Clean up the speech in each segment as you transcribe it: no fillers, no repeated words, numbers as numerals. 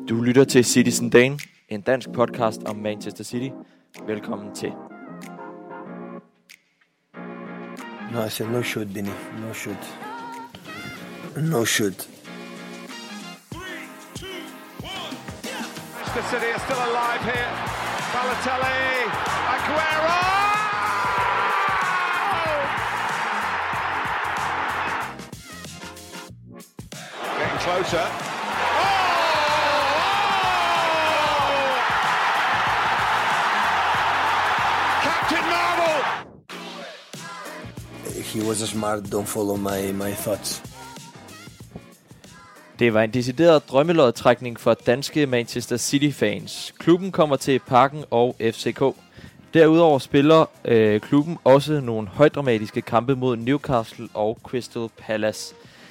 Du lytter til Citizen Dane, en dansk podcast om Manchester City. Velkommen til. No, I said no shoot, Benny. No shoot. No shoot. 3, 2, 1, yeah! Manchester City are still alive here. Balotelli, Aguero! Getting closer. Captain Marvel! He was smart. Don't follow my thoughts. Det var en decideret drømmelodtrækning for danske Manchester City-fans. Klubben kommer til Parken og FCK. Derudover spiller klubben også nogle højdramatiske kampe mod Newcastle og Crystal Palace.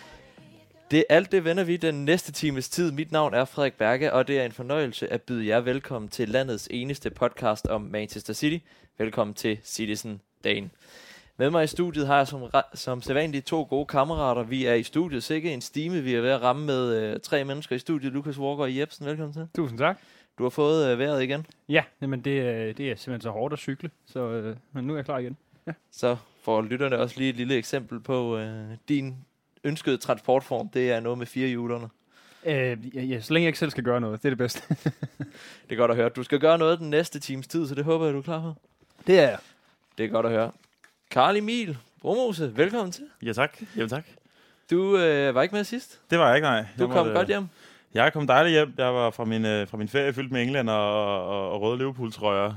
Alt det vender vi den næste times tid. Mit navn er Frederik Berge, og det er en fornøjelse at byde jer velkommen til landets eneste podcast om Manchester City. Velkommen til Citizen Dane. Med mig i studiet har jeg som sædvanligt to gode kammerater. Vi er i studiet, sikke en stime. Vi er ved at ramme med 3 mennesker i studiet. Lukas Walker og Jebsen, velkommen til. Tusind tak. Du har fået vejret igen. Ja, men det er simpelthen så hårdt at cykle, så men nu er jeg klar igen. Ja. Så får lytterne også lige et lille eksempel på din ønskede transportform. Det er noget med 4 hjulerne. Ja, så længe jeg ikke selv skal gøre noget. Det er det bedste. Det er godt at høre. Du skal gøre noget den næste times tid, så det håber jeg, du er klar på. Det er jeg. Det er godt at høre. Carl Emil Bromose, velkommen til. Ja, tak. Jamen, tak. Du var ikke med sidst. Det var jeg ikke, nej. Du kom godt hjem. Jeg kom dejligt hjem. Jeg var fra min ferie fyldt med England og røde Liverpool-trøjer.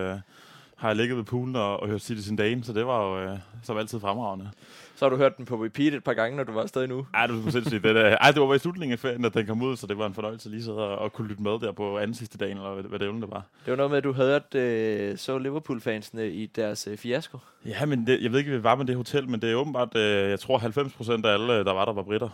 Har jeg ligget ved poolen og hørt Citizen Dane, så det var jo som altid fremragende. Så har du hørt den på repeat et par gange, når du var afsted nu. Ej, du skulle sindssygt. Det var i slutningen af ferien, at den kom ud, så det var en fornøjelse lige sidde og kunne lytte med der på anden sidste dagen, eller hvad det var. Det var noget med, at du havde hørt så Liverpool-fansene i deres fiasko. Ja, men jeg ved ikke, hvad vi var med det hotel, men det er åbenbart, jeg tror 90% af alle, der var britter.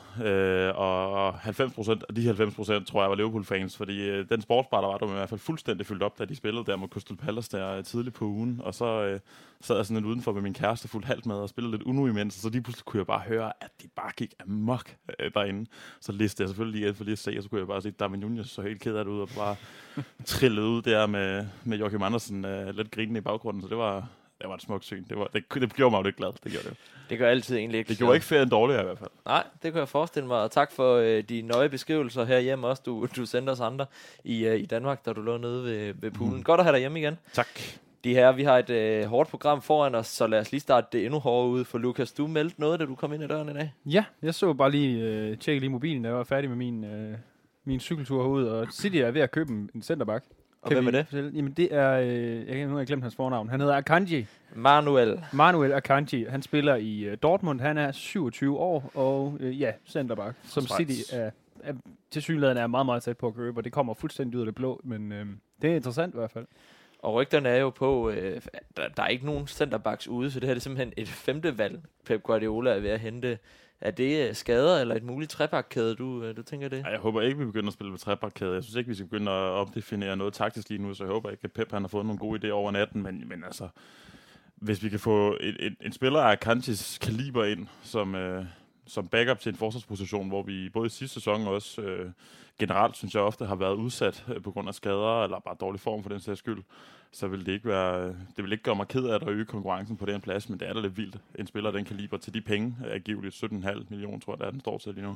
Og 90% af de 90% tror jeg var Liverpool-fans, fordi den sportsbar, der var i hvert fald fuldstændig fyldt op, da de spillede der mod Crystal Palace der tidligt på ugen. Og så sad jeg sådan lidt udenfor med min kæreste fuldt halvt med og spillede lidt Uno imens, så lige pludselig kunne jeg bare høre, at de bare gik amok derinde. Så listede jeg selvfølgelig lige ind for lige at se, og så kunne jeg bare se, Darwin Núñez så helt ked af det ud, og bare trillede ud der med Joachim Andersen lidt grinende i baggrunden, så det var et smukt syn. Det gjorde mig jo lidt glad, det gjorde det. Det gør altid egentlig ikke. Det gjorde ikke ferien dårligere i hvert fald. Nej, det kan jeg forestille mig, og tak for de nøje beskrivelser herhjemme også, du sendte os andre i Danmark, da du lå nede ved poolen. Godt at have dig hjemme igen. Tak. De her, vi har et hårdt program foran os, så lad os lige starte det endnu hårdere ud. For Lukas, du meldte noget, da du kom ind ad døren i dag? Ja, jeg så bare lige, tjekke lige mobilen, da jeg var færdig med min cykeltur herud, og City er ved at købe en centerback. Og hvem er det? Fortælle? Jamen det er, nu har jeg glemt hans fornavn. Han hedder Akanji. Manuel Akanji. Han spiller i Dortmund. Han er 27 år, og centerback, som City er tilsyneladende er meget, meget tæt på at købe, og det kommer fuldstændig ud af det blå, men det er interessant i hvert fald. Og rygterne er jo på, der er ikke nogen centerbacks ude, så det her er simpelthen et 5. valg, Pep Guardiola er ved at hente. Er det skader eller et muligt trebakkæde, du tænker det? Jeg håber ikke, vi begynder at spille med trebakkæde. Jeg synes ikke, vi skal begynde at opdefinere noget taktisk lige nu, så jeg håber ikke, at Pep han har fået nogle gode idéer over natten. Men altså, hvis vi kan få en spiller af Kantis kaliber ind, som backup til en forsvarsposition, hvor vi både i sidste sæson og også generelt, synes jeg ofte har været udsat på grund af skader, eller bare dårlig form for den sags skyld, så vil det vil ikke gøre mig ked af at øge konkurrencen på den plads, men det er da lidt vildt. En spiller af den kaliber til de penge, angiveligt 17,5 millioner, tror jeg, den står til lige nu.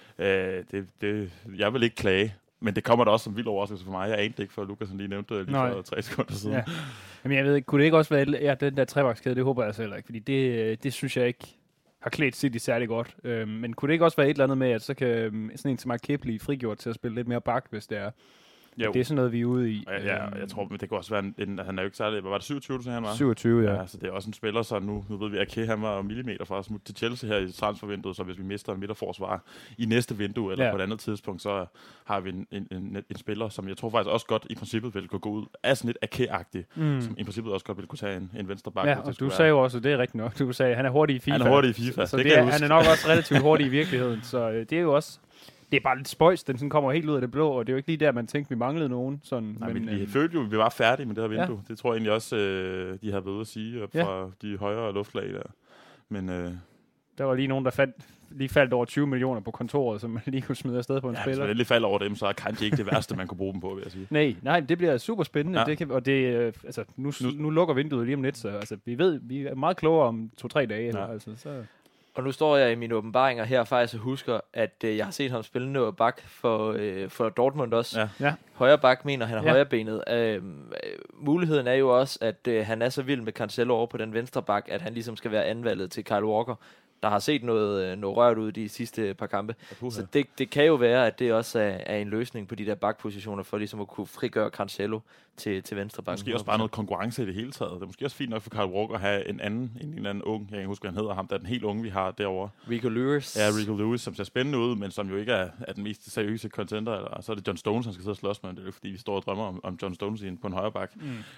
Jeg vil ikke klage, men det kommer da også som vild overraskelse for mig. Jeg anede ikke, for Lukas lige nævnte det lige for 3 sekunder siden. Ja. Jamen jeg ved ikke, kunne det ikke også være den der trebakkæde, det håber jeg altså heller ikke, fordi det synes jeg ikke har klædt City særlig godt. Men kunne det ikke også være et eller andet med, at så kan sådan en som Mark blive frigjort til at spille lidt mere bak, hvis det er? Jo. Det er sådan noget, vi er ude i. Ja, jeg tror, det kan også være han er jo ikke særlig. Hvad var det, 27, så han var? 27, ja. Så det er også en spiller, så nu ved vi, at han var millimeter fra at smutte til Chelsea her i transfervinduet, så hvis vi mister en midterforsvar i næste vindue, eller på et andet tidspunkt, så har vi en spiller, som jeg tror faktisk også godt i princippet vil kunne gå ud af sådan lidt Ake-agtig, som i princippet også godt vil kunne tage en venstre back. Ja, og du sagde jo også, det er rigtigt nok, du sagde, han er hurtig i FIFA. Han er hurtig i FIFA, så han er nok også relativt hurtig i virkeligheden, så det er jo også... Det er bare lidt spøjs, den sådan kommer helt ud af det blå, og det er jo ikke lige der, man tænkte, vi manglede nogen. Sådan, nej, men vi følte jo, at vi var færdige med det her vindue. Ja. Det tror jeg egentlig også, de har været ude at sige fra de højere luftlag der. Men Der var lige nogen, der faldt over 20 millioner på kontoret, som man lige kunne smide afsted på en spiller. Ja, hvis man lige falder over dem, så er kanskje ikke det værste, man kunne bruge dem på, vil jeg sige. Nej, det bliver super spændende. Ja. Nu lukker vinduet lige om lidt, så altså, vi er meget klogere om 2-3 dage. Ja. Altså, så. Og nu står jeg i mine åbenbaringer her faktisk og husker, at jeg har set ham spille noget bak for Dortmund også. Ja. Højre bak mener han er højrebenet. Muligheden er jo også, at han er så vild med Cancelo over på den venstre bak, at han ligesom skal være anvalget til Kyle Walker, der har set noget rørt ud de sidste par kampe. Så det kan jo være, at det også er en løsning på de der bakpositioner, for ligesom at kunne frigøre Cancelo til venstre bak. Måske også bare noget konkurrence i det hele taget. Det er måske også fint nok for Kyle Walker at have en eller anden ung, jeg kan huske, hvad han hedder ham, der er den helt unge, vi har derovre. Rico Lewis. Ja, Rico Lewis, som ser spændende ud, men som jo ikke er den mest seriøse contender. Eller så er det John Stones, han skal sidde og slås med. Det er jo fordi, vi står og drømmer om John Stones på en højre bak.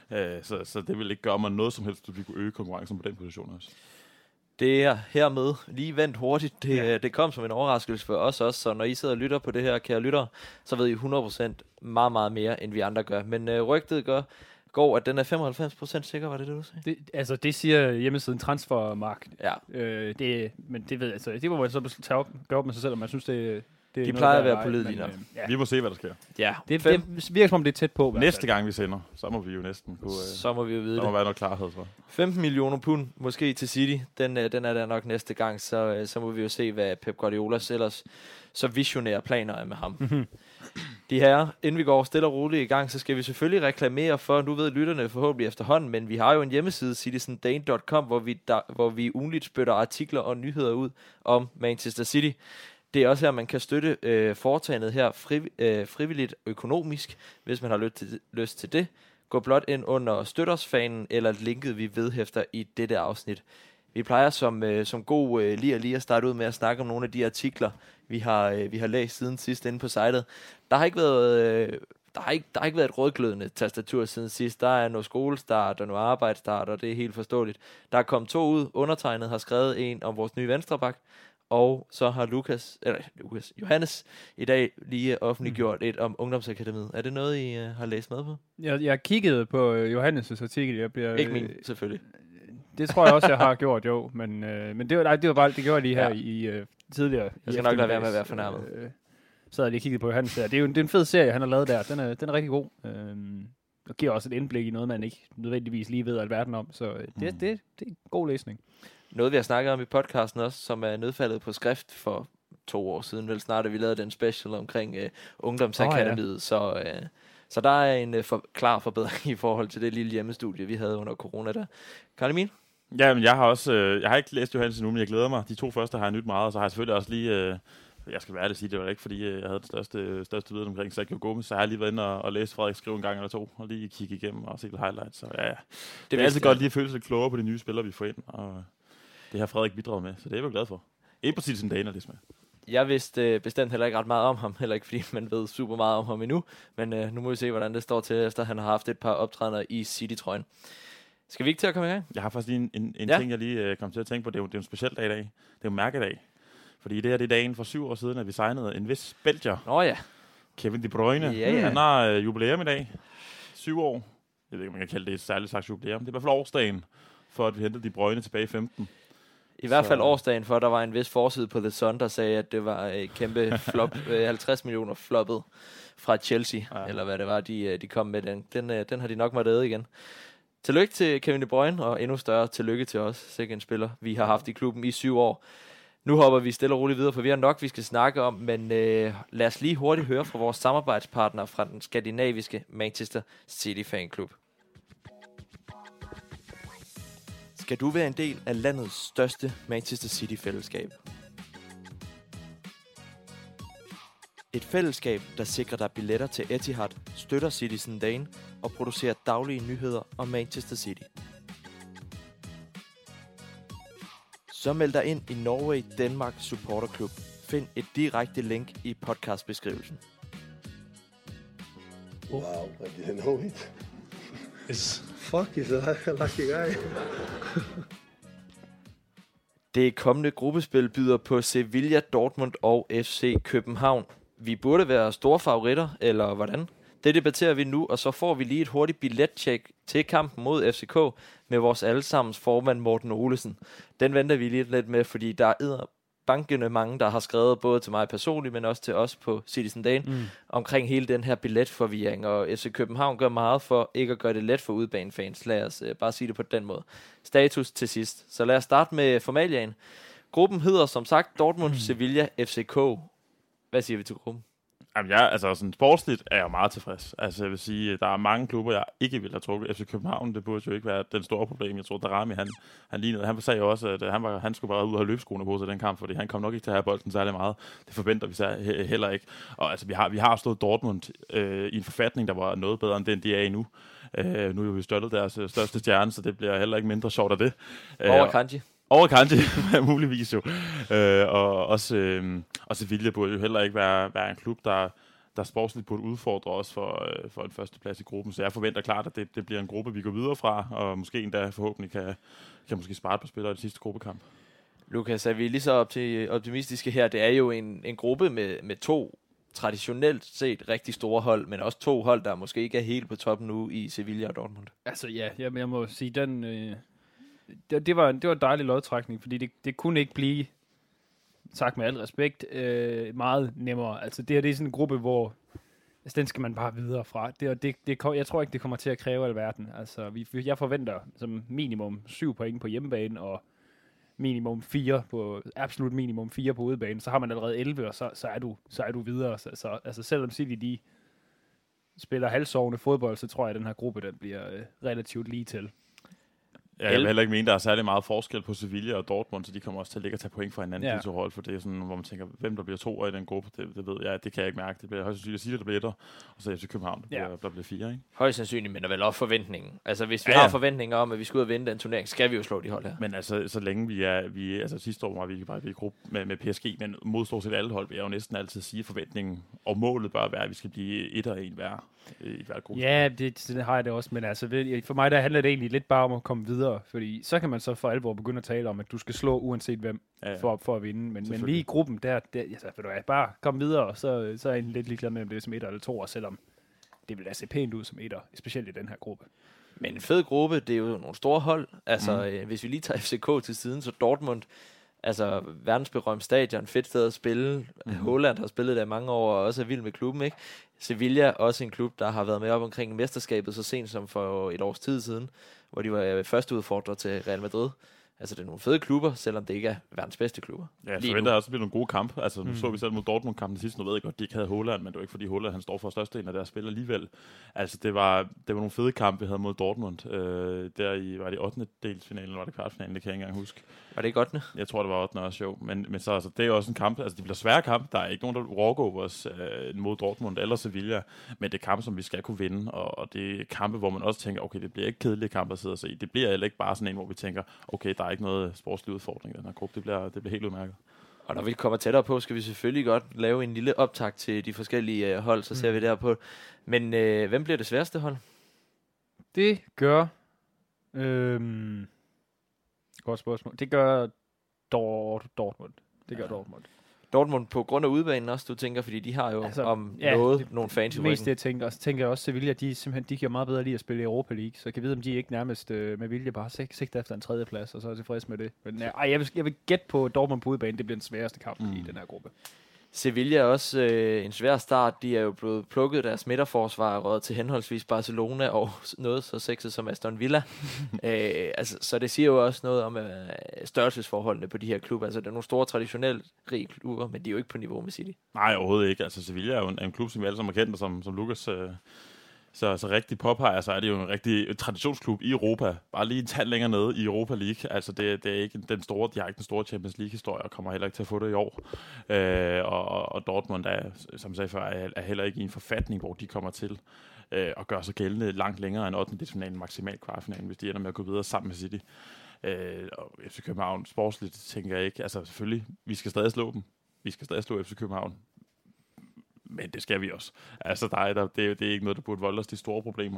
Så det vil ikke gøre mig noget som helst, at vi kunne øge konkurrencen på den position også. Det er hermed lige vendt hurtigt. Det kom som en overraskelse for os også, så når I sidder og lytter på det her, kære lyttere, så ved I 100% meget, meget mere, end vi andre gør. Men rygtet går, at den er 95% sikker, var det du sagde? Det siger hjemmesiden Transfermarkt. Ja. Men det ved altså, det må man så gøre op med sig selv, om man synes, det de plejer at være pålidelige nok. Vi må se, hvad der sker. Ja. Det virker som om, det er tæt på. Næste gang vi sender, så må vi jo næsten kunne... så må vi jo vide det. Der må være noget klarhed for. 15 millioner pund, måske til City. Den er der nok næste gang, så må vi jo se, hvad Pep Guardiolas ellers så visionære planer er med ham. De her, inden vi går stille og roligt i gang, så skal vi selvfølgelig reklamere for, nu ved lytterne forhåbentlig efterhånden, men vi har jo en hjemmeside, citizendane.com, hvor vi ugenligt spytter artikler og nyheder ud om Manchester City. Det er også her, man kan støtte foretagendet her frivilligt økonomisk, hvis man har lyst til det. Gå blot ind under støttersfanen eller linket, vi vedhæfter i dette afsnit. Vi plejer som god lige at starte ud med at snakke om nogle af de artikler, vi har læst siden sidst inde på sitet. Der har ikke været et rødglødende tastatur siden sidst. Der er noget skolestart og noget arbejdsstart, og det er helt forståeligt. Der er kommet 2 ud. Undertegnet har skrevet en om vores nye venstreback. Og så har Johannes i dag lige offentliggjort et om Ungdomsakademiet. Er det noget, I har læst med på? Jeg kiggede på Johannes' artikel. Ikke min, selvfølgelig. Det tror jeg også, jeg har gjort, jo. Men det var bare, det gjorde jeg lige her i tidligere. Jeg skal nok lade være med at være fornærmet. Så havde jeg lige kigget på Johannes der. Det er en fed serie, han har lavet der. Den er rigtig god. Og giver også et indblik i noget, man ikke nødvendigvis lige ved alverden om. Så det er en god læsning. Noget, vi har snakket om i podcasten også, som er nedfaldet på skrift for 2 år siden, vel snart, at vi lavede den special omkring Ungdomsakademiet. Så der er en klar forbedring i forhold til det lille hjemmestudie, vi havde under corona der. Karl Emil? Ja, men jeg har ikke læst Johannes endnu, men jeg glæder mig. De 2 første har jeg nyt meget, og så har jeg selvfølgelig også lige... jeg skal være ærlig at sige, det var ikke, fordi jeg havde det største viden omkring Sergio Gomez, så jeg har lige været inde og læst Frederik skrive en gang eller 2, og lige kigge igennem og se lidt highlights. Så ja, det er altid godt lige at føle sig klogere på de nye spillere, vi får ind, og det har Frederik bidraget med, så det er jeg glad for. Ikke på Citizendane, det med. Jeg vidste bestemt heller ikke ret meget om ham, heller ikke fordi man ved super meget om ham endnu, men nu må vi se, hvordan det står til, efter han har haft et par optrædener i City-trøjen. Skal vi ikke til at komme i gang? Jeg har faktisk lige en ting, jeg lige kom til at tænke på. Det er jo en speciel dag i dag. Det er jo mærkedag. Fordi det her det er dagen for 7 år siden, at vi signede en vis belgier. Ja. Kevin De Bruyne. Ja. Han har jubilæum i dag. 7 år. Jeg ved ikke, om man kan kalde det et særligt slags jubilæum. Det er i hvert fald årsdagen for, at vi hentede De Bruyne tilbage i 15. I hvert fald årsdagen for, at der var en vis forside på The Sun, der sagde, at det var et kæmpe flop, 50 millioner floppet fra Chelsea, eller hvad det var, de kom med den. Den har de nok måttet æde igen. Tillykke til Kevin De Bruyne, og endnu større tillykke til os, sikkert en spiller, vi har haft i klubben i 7 år. Nu hopper vi stille og roligt videre, for vi har nok, vi skal snakke om, men lad os lige hurtigt høre fra vores samarbejdspartner fra den skandinaviske Manchester City Fanklub. Skal du være en del af landets største Manchester City-fællesskab? Et fællesskab, der sikrer dig billetter til Etihad, støtter Citizendane og producerer daglige nyheder om Manchester City. Så meld dig ind i Norway Denmark Supporter Club. Find et direkte link i podcastbeskrivelsen. Wow, I didn't know it. Fuck, is a lucky guy. Det kommende gruppespil byder på Sevilla, Dortmund og FC København. Vi burde være store favoritter, eller hvordan? Det debatterer vi nu, og så får vi lige et hurtigt billettjek til kampen mod FCK med vores allesammens formand Morten Olesen. Den venter vi lige lidt med, fordi der er bankende mange, der har skrevet både til mig personligt, men også til os på Citizen Dane, omkring hele den her billetforvirring, og FC København gør meget for ikke at gøre det let for udbanefans. Lad os bare sige det på den måde. Status til sidst. Så lad os starte med formaliaen. Gruppen hedder som sagt Dortmund, Sevilla, FCK. Hvad siger vi til gruppen? Jamen altså sådan sportsligt er jeg meget tilfreds. Altså jeg vil sige, der er mange klubber, jeg ikke ville have trukket. FC København, det burde jo ikke være den store problem. Jeg tror, Darami, han lignede. Han sagde jo også, at han skulle bare ud og have løbskoene på sig den kamp, fordi han kom nok ikke til at have bolden særlig meget. Det forventer vi så heller ikke. Og altså vi har stået Dortmund i en forfatning, der var noget bedre end den, de er i nu. Nu er vi størtet deres største stjerne, så det bliver heller ikke mindre sjovt af det. Over Kanji, muligvis jo. Og Sevilla burde jo heller ikke være en klub, der sportsligt burde udfordre os for en førsteplads i gruppen. Så jeg forventer klart, at det bliver en gruppe, vi går videre fra, og måske endda forhåbentlig kan måske spare på spillere i det sidste gruppekamp. Lukas, er vi lige så optimistiske her? Det er jo en gruppe med to traditionelt set rigtig store hold, men også to hold, der måske ikke er helt på toppen nu i Sevilla og Dortmund. Altså ja, jeg må sige, det var en dejlig lodtrækning, fordi det kunne ikke blive, sagt med al respekt, meget nemmere. Altså det er sådan en gruppe, hvor den skal man bare videre fra. Jeg tror ikke, det kommer til at kræve alverden. Altså jeg forventer som minimum 7 point på hjemmebane, og minimum 4 på, absolut minimum 4 på udebane. Så har man allerede 11, og så er du videre. Så altså selvom City de spiller halvsovende fodbold, så tror jeg, at den her gruppe den bliver relativt lige til. Ja, jeg vil heller ikke mene, der er særlig meget forskel på Sevilla og Dortmund, så de kommer også til at ligge og tage point fra hinanden, de to hold, for det er sådan, hvor man tænker, hvem der bliver 2 i den gruppe, det ved jeg, det kan jeg ikke mærke. Det bliver højst sandsynligt at sige, der bliver 1, og så FC København, der bliver 4, ikke? Højst sandsynligt, men der er vel også forventningen. Altså, hvis vi har forventninger om, at vi skal ud og vinde den turnering, skal vi jo slå de hold her. Men altså, så længe vi altså sidste år var vi bare i gruppe med PSG, men mod stort set alle hold, vil jeg jo næsten altid sige, forventningen og målet bør være, at vi skal blive 1 og 1 hver. Ja, det har jeg det også, men altså for mig der handler det egentlig lidt bare om at komme videre, fordi så kan man så for alvor begynde at tale om, at du skal slå uanset hvem for at vinde, men lige i gruppen der bare kom videre, og så er jeg lidt ligeglad med, om det er som 1 eller 2, selvom det vil da se pænt ud som 1, specielt i den her gruppe. Men en fed gruppe, det er jo nogle store hold, altså hvis vi lige tager FCK til siden, så Dortmund, altså verdensberømt stadion, fedt sted at spille. Haaland har spillet der i mange år, og også er vild med klubben, ikke? Sevilla, også en klub, der har været med op omkring mesterskabet så sent som for et års tid siden, hvor de var første udfordrer til Real Madrid. Altså, det er nogle fede klubber, selvom det ikke er verdens bedste klubber. Ja, jeg forventer også, at det bliver nogle gode kampe. Altså, nu så vi selv mod Dortmund-kampen sidst. Nu ved jeg godt, de ikke havde Haaland, men det var ikke fordi Haaland, han står for størstedelen af deres spil alligevel. Altså, det var nogle fede kampe, vi havde mod Dortmund. Var det 8. delsfinalen, eller var det kvartfinalen? Det kan jeg ikke engang huske. Var det ikke 8. Jeg tror, det var 8. også, jo. Men så altså, det er også en kamp. Altså, det bliver svære kampe. Der er ikke nogen, der walkovers mod Dortmund eller Sevilla. Men det er kampe, som vi skal kunne vinde. Og det er kampe, hvor man også tænker, okay, det bliver ikke kedelige kampe at sidde og se. Det bliver heller ikke bare sådan en, hvor vi tænker, okay, der er ikke noget sportslig udfordring i den her gruppe. Det bliver helt udmærket. Og når vi kommer tættere på, skal vi selvfølgelig godt lave en lille optakt til de forskellige hold, så ser vi derpå. Men hvem bliver det sværeste hold? Det gør... godt spørgsmål. Det gør Dortmund. Det gør Dortmund. Dortmund på grund af udbanen også, du tænker, fordi de har jo nogle fans i ryggen. Mest det, jeg tænker også, Sevilla, de giver meget bedre lige at spille i Europa League, så jeg kan vide, om de ikke nærmest med vilje bare sigter efter en 3. plads, og så er jeg tilfreds med det. Men jeg vil gætte på Dortmund på udbanen, det bliver den sværeste kamp i den her gruppe. Sevilla er også en svær start. De er jo blevet plukket deres midterforsvar og røget til henholdsvis Barcelona og noget så sexet som Aston Villa. Så det siger jo også noget om størrelsesforholdene på de her klubber. Altså, det er nogle store traditionelt rige klubber, men de er jo ikke på niveau med City. Nej, overhovedet ikke. Altså, Sevilla er jo en klub, som vi alle sammen har kendt, og som Lukas så rigtig påpeger, så er det jo en rigtig traditionsklub i Europa. Bare lige en tand længere nede i Europa League. Altså, det er ikke den store, de har ikke den store Champions League-historie, og kommer heller ikke til at få det i år. Og Dortmund er, som jeg sagde før, er heller ikke i en forfatning, hvor de kommer til at gøre sig gældende langt længere end 8. delsfinalen, maksimalt kvartfinalen, hvis de ender med at gå videre sammen med City. Og FC København sportsligt, tænker jeg ikke. Altså, selvfølgelig, vi skal stadig slå dem. Vi skal stadig slå FC København. Men det skal vi også. Altså, det er ikke noget, der burde volde os de store problemer.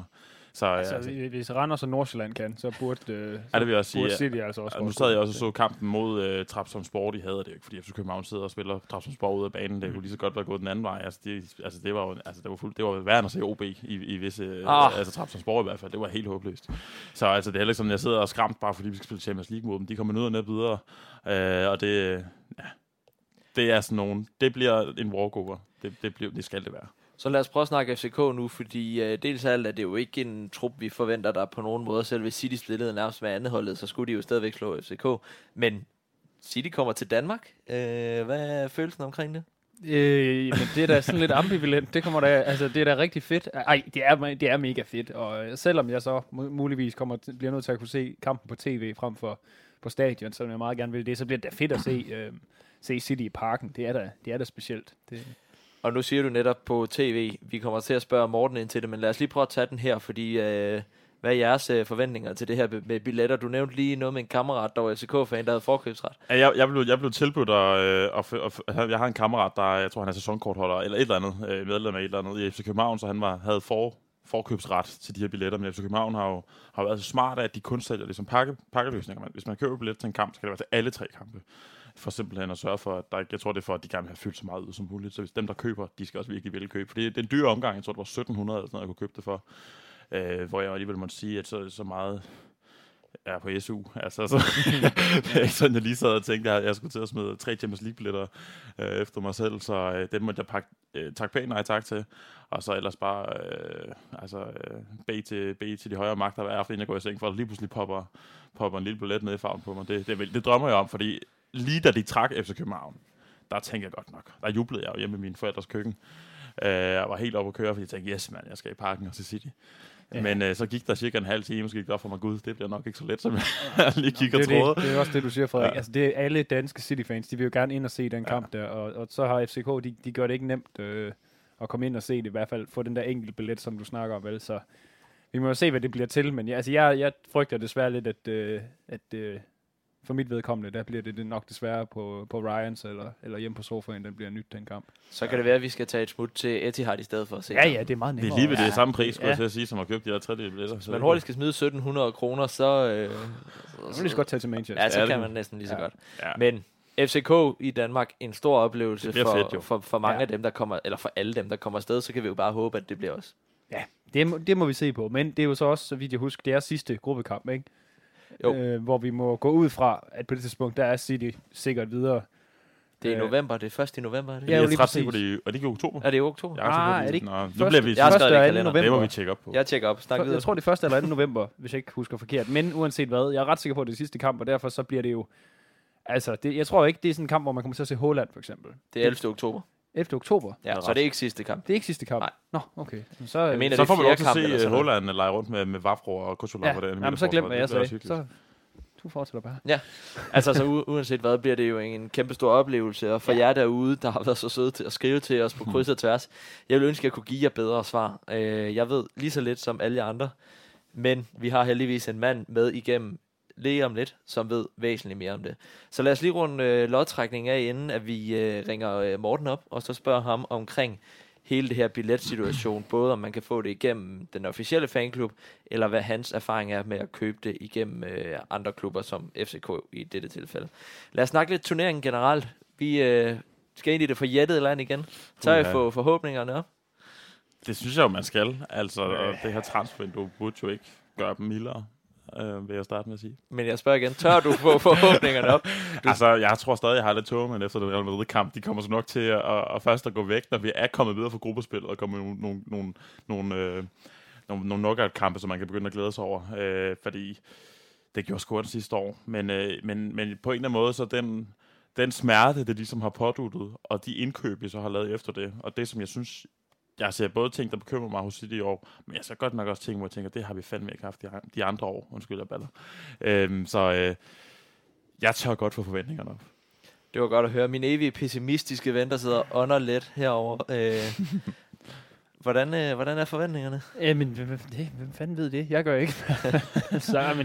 Så, altså, hvis Randers og Nordsjælland kan, så burde City altså også. Nu sad jeg også og så kampen mod Trabzonspor, de havde det ikke, fordi FC København sidder og spiller Trabzonspor ud af banen. Det kunne lige så godt være gået den anden vej. Det var værre end at se OB i visse... Altså Trabzonspor i hvert fald. Det var helt håbløst. Så altså, det er heller ikke sådan, jeg sidder og skræmt bare fordi vi skal spille Champions League mod dem. De kommer ned og ned videre. Og det... Det er sådan nogen... Det bliver en walkover. Det skal det være. Så lad os prøve at snakke FCK nu, fordi dels alt er det jo ikke en trup, vi forventer der på nogen måde. Selv hvis City spillede nærmest med andenholdet, så skulle de jo stadigvæk slå FCK. Men City kommer til Danmark. Hvad er følelsen omkring det? Men det er da sådan lidt ambivalent. Det er da rigtig fedt. Ej, det er mega fedt. Og selvom jeg så muligvis bliver nødt til at kunne se kampen på tv frem for på stadion, så jeg meget gerne vil det, så bliver det da fedt at se City i parken. Det er da specielt. Og nu siger du netop på tv, vi kommer til at spørge Morten ind til det, men lad os lige prøve at tage den her, fordi hvad er jeres forventninger til det her med billetter? Du nævnte lige noget med en kammerat, der var FCK-fan, der havde forkøbsret. Ja, jeg blev tilbudt, jeg har en kammerat, der jeg tror han er sæsonkortholder, eller et eller andet, medlem af et eller andet i FC København, så han havde forkøbsret til de her billetter, men FC København har været så smart, at de kun sælger ligesom pakkeløsninger. Hvis man køber billet til en kamp, så kan det være til alle 3 kampe. For simpelthen at sørge for, at jeg tror det er for, at de gerne vil have fyldt så meget ud som muligt. Så hvis dem, der køber, de skal også virkelig købe. Fordi det er en dyr omgang, jeg tror det var 1700 eller sådan noget, jeg kunne købe det for. Hvor jeg alligevel måtte sige, at så meget er på SU. Altså, så det er ikke sådan, jeg lige sad og tænkte, at jeg skulle til at smide 3 Champions League-billetter efter mig selv. Så dem måtte jeg takke pænt nej tak til. Og så ellers bare bede til de højere magter, hvad er for en, jeg går i seng for, at lige pludselig popper en lille billet ned i farven på mig. Det drømmer jeg om, fordi lige da de trak FC København, der tænkte jeg godt nok. Der jublede jeg jo hjemme i min forældres køkken. Jeg var helt oppe at køre, fordi jeg tænkte, yes mand, jeg skal i parken og til City. Ja. Men så gik der cirka en halv time, så gik det op for mig, gud, det bliver nok ikke så let, som jeg lige kigger og troede. Det er også det, du siger, Frederik. Ja. Altså, det er alle danske City-fans, de vil jo gerne ind og se den kamp der, og så har FCK, de gør det ikke nemt at komme ind og se det, i hvert fald få den der enkelte billet, som du snakker om, vel, så vi må jo se, hvad det bliver til, men jeg frygter desværre lidt, at for mit vedkommende, der bliver det nok desværre på Ryans eller hjemme på sofaen, den bliver nyt, den kamp. Så kan det være, at vi skal tage et smut til Etihad i stedet for at se. Ja, det er meget nemmere. Det er lige ved det samme pris, skulle jeg til at sige, som har købt de her 3 billetter. Hvis man hurtigt skal smide 1.700 kroner, så kan lige så godt tage til Manchester. Ja, så kan man næsten lige så godt. Ja. Men FCK i Danmark, en stor oplevelse for mange af dem, der kommer, eller for alle dem, der kommer afsted, så kan vi jo bare håbe, at det bliver os. Ja, det må vi se på. Men det er jo så også, så vidt jeg husker, det er sidste gruppekamp, ikke? Hvor vi må gå ud fra, at på det tidspunkt, der er City sikkert videre. Det er i november, det er først i november. Det er lige præcis. Er det ikke i oktober? Er det i oktober? Er det ikke? Nu bliver vi første eller 2. november. Det må vi tjekke op på. Jeg tjekker op. Jeg tror, det er 1. eller 2. november, hvis jeg ikke husker forkert. Men uanset hvad, jeg er ret sikker på, at det er sidste kamp, og derfor så bliver det jo... Altså, jeg tror ikke, det er sådan en kamp, hvor man kommer til at se Haaland, for eksempel. Det er 11. oktober. 11. oktober? Ja, så det er ikke sidste kamp. Det er ikke sidste kamp? Nej. Nå, okay. Så får man også se Haaland lege rundt med Vafro og Kuchula på det. Jamen, så glem, hvad jeg sagde. Så du fortsætter bare. Ja, altså så uanset hvad, bliver det jo en kæmpe stor oplevelse, og for jer derude, der har været så søde til at skrive til os på kryds og tværs, jeg vil ønske, at jeg kunne give jer bedre svar. Jeg ved lige så lidt som alle andre, men vi har heldigvis en mand med igennem lige om lidt, som ved væsentligt mere om det. Så lad os lige runde lodtrækningen af, inden at vi ringer Morten op, og så spørger ham omkring hele det her billetsituation, både om man kan få det igennem den officielle fanklub, eller hvad hans erfaring er med at købe det igennem andre klubber, som FCK i dette tilfælde. Lad os snakke lidt turneringen generelt. Vi skal ind i det forjættede land igen. Tør jeg få forhåbningerne op? Det synes jeg jo, man skal. Altså, det her transfervindue burde jo ikke gøre dem mildere. Vil jeg starte med at sige. Men jeg spørger igen, tør du få forhåbningerne op? Altså, jeg tror stadig, jeg har lidt tåge, men efter den Real Madrid-kamp, de kommer så nok til at først at gå væk, når vi er kommet videre fra gruppespillet, og kommer nogle knockout-kampe, som man kan begynde at glæde sig over. Fordi det gjorde sgu det sidste år. Men på en eller anden måde, så den smerte, det ligesom har påduttet, og de indkøb, vi så har lavet efter det, og det, som jeg synes, jeg ser både ting, der bekymrer mig hos City i år, men jeg ser godt nok også ting, hvor jeg tænker, det har vi fandme ikke haft de andre år. Undskyld, jeg baller. Jeg tør godt få forventningerne op. Det var godt at høre. Min evige pessimistiske ven, der sidder under lidt herovre. Hvordan er forventningerne? Men hvem fanden ved det? Jeg gør ikke. Men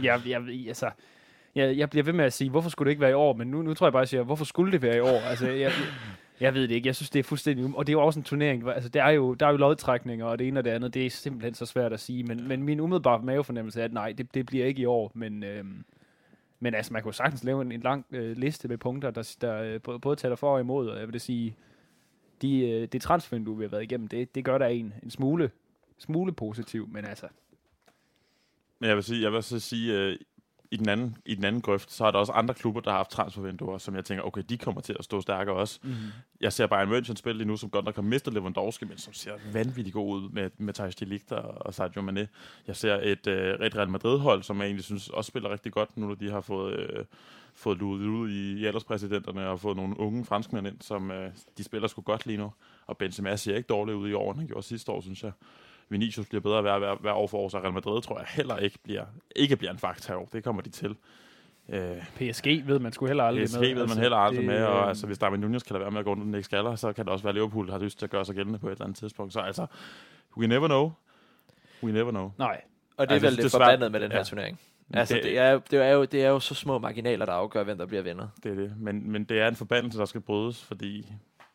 jeg bliver ved med at sige, hvorfor skulle det ikke være i år? Men nu tror jeg bare, at jeg siger, hvorfor skulle det være i år? Altså, Jeg ved det ikke. Jeg synes, det er fuldstændig... Og det er jo også en turnering. Altså, der er jo lodtrækninger, og det ene og det andet. Det er simpelthen så svært at sige. Men min umiddelbare mavefornemmelse er, at nej, det bliver ikke i år. Men altså, man kan jo sagtens lave en lang liste med punkter, der både taler for og imod. Og jeg vil sige, det transfervindue, vi har været igennem, det gør der en smule positiv. Men altså... Men jeg vil så sige i den anden grøft, så er der også andre klubber, der har haft transfervinduer, som jeg tænker, okay, de kommer til at stå stærkere også. Mm-hmm. Jeg ser Bayern München spille lige nu, som godt nok har mistet Lewandowski, men som ser vanvittigt god ud med Matthijs de Ligt og Sadio Mané. Jeg ser et Real Madrid-hold, som jeg egentlig synes også spiller rigtig godt, nu når de har fået luet ud i alderspræsidenterne og fået nogle unge franskmænd ind, som de spiller sgu godt lige nu. Og Benzema ser ikke dårligt ud i år, end han gjorde sidste år, synes jeg. Vinicius bliver bedre hver år for år, så Real Madrid tror jeg heller ikke bliver en faktor. Det kommer de til. PSG ved man sgu heller aldrig med. PSG ved man heller aldrig med, og altså, hvis Darwin Núñez kan lade være med at gå under den ikke skaller, så kan det også være, Liverpool har lyst til at gøre sig gældende på et eller andet tidspunkt. Så altså, we never know. Nej, og det er vel det forbandet med den her turnering. Altså, det er jo så små marginaler, der afgør, hvem der bliver vinder. Det er det, men det er en forbandelse, der skal brydes, fordi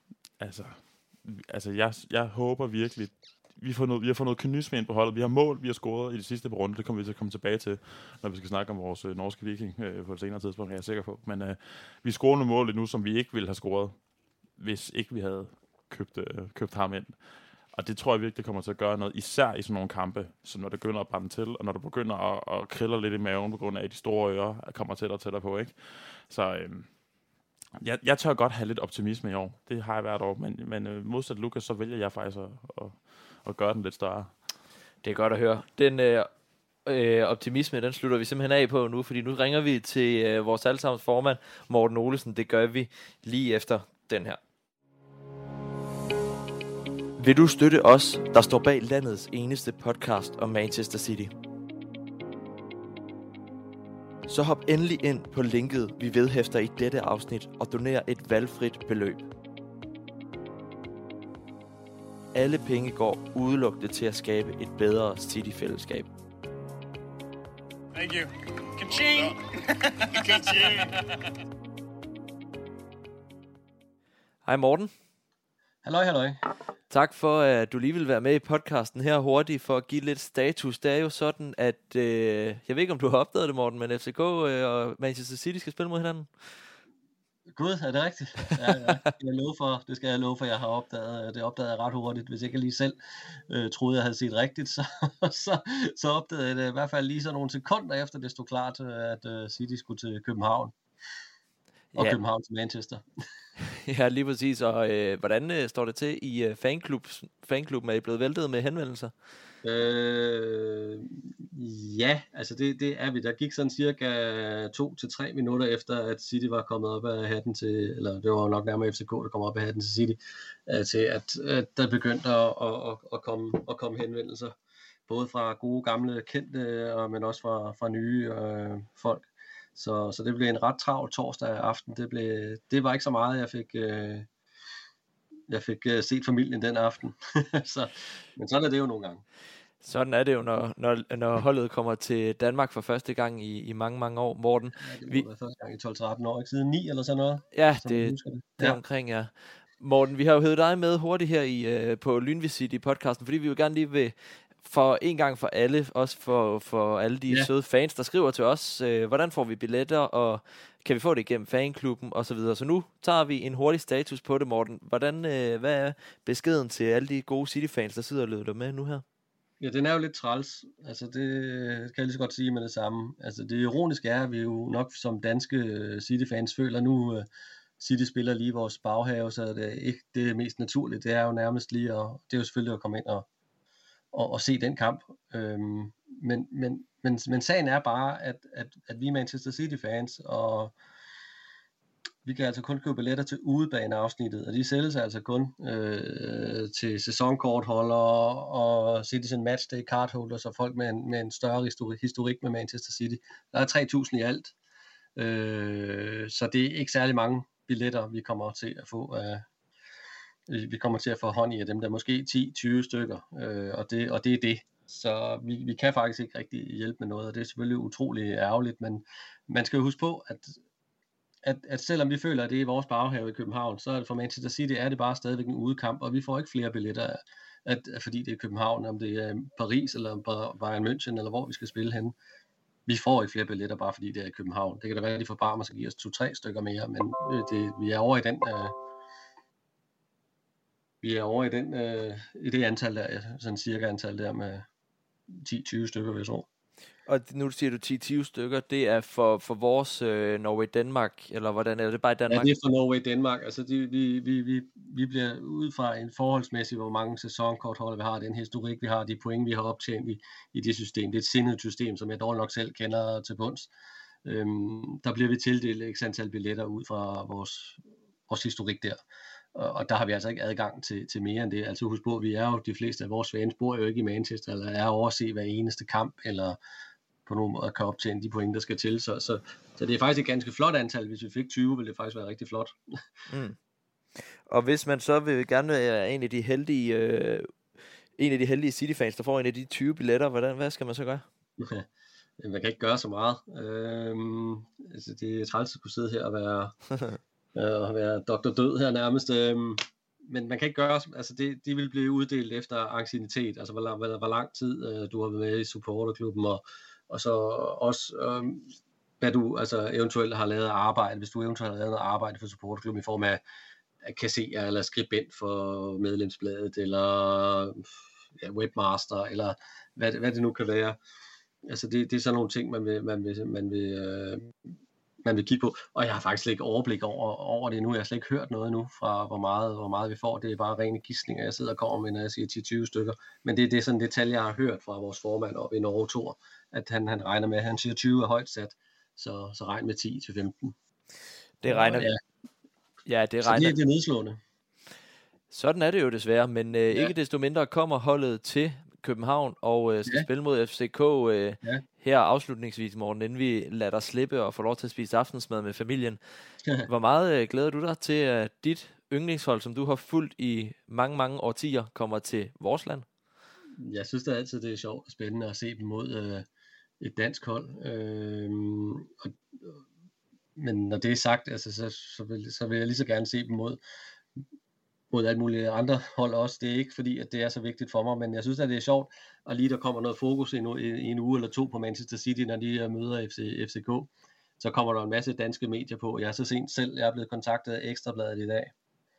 jeg håber virkelig, vi har fået noget kynisme ind på holdet. Vi har mål, vi har scoret i det sidste runde. Det kommer vi til at komme tilbage til, når vi skal snakke om vores norske viking på et senere tidspunkt, er jeg sikker på. Men vi scorer nogle mål nu, som vi ikke ville have scoret, hvis ikke vi havde købt ham ind. Og det tror jeg virkelig, det kommer til at gøre noget, især i sådan nogle kampe, så når det begynder at brænde til, og når det begynder at krille lidt i maven på grund af, at de store ører kommer tættere og tættere på, ikke? Så jeg tør godt have lidt optimisme i år. Det har jeg hvert år, men modsat Lukas, så vælger jeg faktisk at gøre den lidt større. Det er godt at høre. Den optimisme, den slutter vi simpelthen af på nu, fordi nu ringer vi til vores allesammens formand, Morten Olesen. Det gør vi lige efter den her. Vil du støtte os, der står bag landets eneste podcast om Manchester City? Så hop endelig ind på linket, vi vedhæfter i dette afsnit, og doner et valgfrit beløb. Alle penge går udelukkende til at skabe et bedre City-fællesskab. Thank you. Ka-ching! Ka-ching! Hej Morten. Halløj. Tak for, at du lige vil være med i podcasten her hurtigt for at give lidt status. Det er jo sådan, at jeg ved ikke, om du har opdaget det, Morten, men FCK og Manchester City skal spille mod hinanden. Gud, er det rigtigt? Det skal jeg love for, jeg har opdaget. Det opdagede jeg ret hurtigt. Hvis ikke jeg lige selv troede, jeg havde set rigtigt, så opdagede jeg det i hvert fald lige så nogle sekunder efter, det stod klart, at City skulle til København. Og København til Manchester. Ja, lige præcis. Og hvordan står det til i fanklubben? Er I blevet væltet med henvendelser? Ja, altså det er vi. Der gik sådan cirka 2 til 3 minutter efter, at City var kommet op af hatten til, eller det var nok nærmere FCK, der kom op af hatten til City, til at der begyndte at komme henvendelser. Både fra gode, gamle, kendte, men også fra nye folk. Så det blev en ret travl torsdag aften. Det var ikke så meget, jeg fik set familien den aften. Men sådan er det jo nogle gange. Sådan er det jo, når holdet kommer til Danmark for første gang i mange, mange år, Morten. Ja, det må være første gang i 12-13 år, ikke siden 9 eller sådan noget. Ja, det er omkring, ja. Morten, vi har jo hævet dig med hurtigt her på Lynvisit i podcasten, fordi vi jo gerne lige vil for en gang for alle, også for alle de søde fans, der skriver til os, hvordan får vi billetter, og kan vi få det igennem fanklubben, og så videre. Så nu tager vi en hurtig status på det, Morten. Hvad er beskeden til alle de gode City-fans, der sidder og lytter med nu her? Ja, den er jo lidt træls. Altså, det kan jeg lige så godt sige med det samme. Altså, det ironiske er, at vi jo nok som danske City-fans føler nu, City spiller lige i vores baghave, så det er ikke det mest naturlige. Det er jo nærmest lige, og det er jo selvfølgelig at komme ind og se den kamp. Men sagen er bare, at vi er Manchester City-fans, og vi kan altså kun købe billetter til udebaneafsnittet, og de sælges altså kun til sæsonkortholdere og Citizen Matchday cardholders og folk med en større historik med Manchester City. Der er 3.000 i alt, så det er ikke særlig mange billetter, vi kommer til at få. Vi kommer til at få hånd i af dem, der måske 10-20 stykker, og det er det. Så vi kan faktisk ikke rigtig hjælpe med noget, og det er selvfølgelig utrolig ærgerligt, men man skal jo huske på, at selvom vi føler, at det er vores baghave i København, så er det for Manchester City er det bare stadigvæk en udekamp, og vi får ikke flere billetter, fordi det er København, om det er Paris eller Bayern München, eller hvor vi skal spille henne. Vi får ikke flere billetter, bare fordi det er i København. Det kan da være, at de forbarmer sig og giver os 2-3 stykker mere, men vi er over i den... i det antal der, sådan cirka antal der med 10-20 stykker, vil jeg tro. Og nu siger du 10-20 stykker, det er for vores Norway Danmark, eller hvordan er det bare i Danmark? Ja, det er for Norway Danmark. Altså vi bliver ud fra en forholdsmæssig, hvor mange sæsonkortholder vi har, den historik vi har, de point vi har optjent i det system. Det er et sindet system, som jeg dårligt nok selv kender til bunds. Der bliver vi tildelt x antal billetter ud fra vores historik der. Og der har vi altså ikke adgang til mere end det. Altså husk på, vi er jo, de fleste af vores fans bor jo ikke i Manchester, eller er overse hver eneste kamp, eller på nogen måde kan optjene de point, der skal til. Så det er faktisk et ganske flot antal. Hvis vi fik 20, ville det faktisk være rigtig flot. Og hvis man så vil gerne være en af de heldige City-fans, der får en af de 20 billetter, hvad skal man så gøre? Man kan ikke gøre så meget. Altså det er træls at kunne sidde her og være Dr. Død her nærmest. Men man kan ikke gøre, altså de vil blive uddelt efter anciennitet, altså hvor lang tid du har været med i supporterklubben, og så også hvad du altså eventuelt har lavet arbejde, hvis du eventuelt har lavet noget arbejde for supporterklubben i form af kasserer eller skribent for medlemsbladet, eller webmaster, eller hvad det nu kan være. Altså det er sådan nogle ting, man vil kigge på, og jeg har faktisk slet ikke overblik over det nu. Jeg har slet ikke hørt noget nu fra, hvor meget vi får. Det er bare rene gidsninger, jeg sidder og kommer med, når jeg siger 10-20 stykker. Men det er sådan det tal, jeg har hørt fra vores formand oppe i Norge Thor, at han regner med, at han siger 20 er højt sat, så regn med 10-15. Det regner vi. Ja, det regner. Så det er nedslående. Sådan er det jo desværre, men ikke desto mindre kommer holdet til København og skal spille mod FCK her afslutningsvis, Morten, inden vi lader dig slippe og få lov til at spise aftensmad med familien. Hvor meget glæder du dig til, at dit yndlingshold, som du har fulgt i mange, mange årtier, kommer til vores land? Jeg synes da altid, det er sjovt og spændende at se dem mod et dansk hold. Men når det er sagt, altså, så vil jeg lige så gerne se dem mod alle mulige andre hold også. Det er ikke fordi, at det er så vigtigt for mig, men jeg synes, at det er sjovt, og lige der kommer noget fokus i en uge eller to på Manchester City, når de møder FCK, så kommer der en masse danske medier på. Jeg er så sent selv, jeg er blevet kontaktet af Ekstrabladet i dag,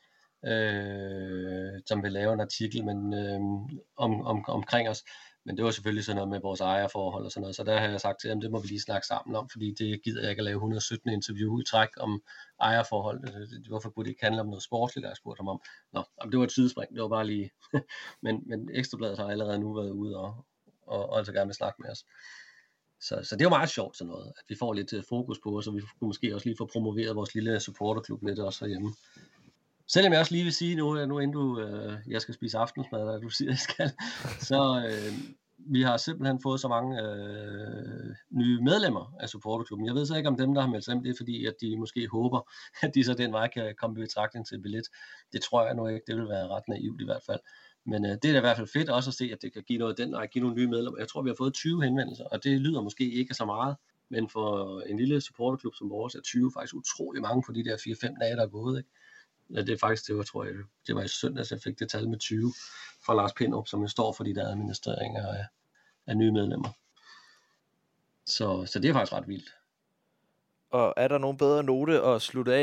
som vil lave en artikel omkring os. Men det var selvfølgelig sådan noget med vores ejerforhold og sådan noget, så der har jeg sagt til dem, det må vi lige snakke sammen om, fordi det gider jeg ikke at lave 117 interview i træk om ejerforhold. Hvorfor kunne det ikke handle om noget sportsligt, der jeg spurgte ham om? Det var et sidespring, det var bare lige... men Ekstrabladet har allerede nu været ude og altså gerne vil snakke med os. Så det er jo meget sjovt sådan noget, at vi får lidt fokus på os, og vi kunne måske også lige få promoveret vores lille supporterklub lidt også herhjemme. Selvom jeg også lige vil sige nu inden jeg skal spise aftensmad, og du siger, jeg skal, så vi har simpelthen fået så mange nye medlemmer af supporterklubben. Jeg ved så ikke om dem, der har meldt sig, det er fordi, at de måske håber, at de så den vej kan komme i betragtning til billet. Det tror jeg nu ikke, det vil være ret naivt i hvert fald. Men det er da i hvert fald fedt også at se, at det kan give noget den vej, give nogle nye medlemmer. Jeg tror, vi har fået 20 henvendelser, og det lyder måske ikke så meget, men for en lille supporterklub som vores er 20 faktisk utrolig mange for de der 4-5 dage, der er gået, ikke? Ja, det er faktisk, det var i søndags, jeg fik det tal med 20 fra Lars Pinderup, som jo står for de der administreringer af nye medlemmer. Så det er faktisk ret vildt. Og er der nogen bedre note at slutte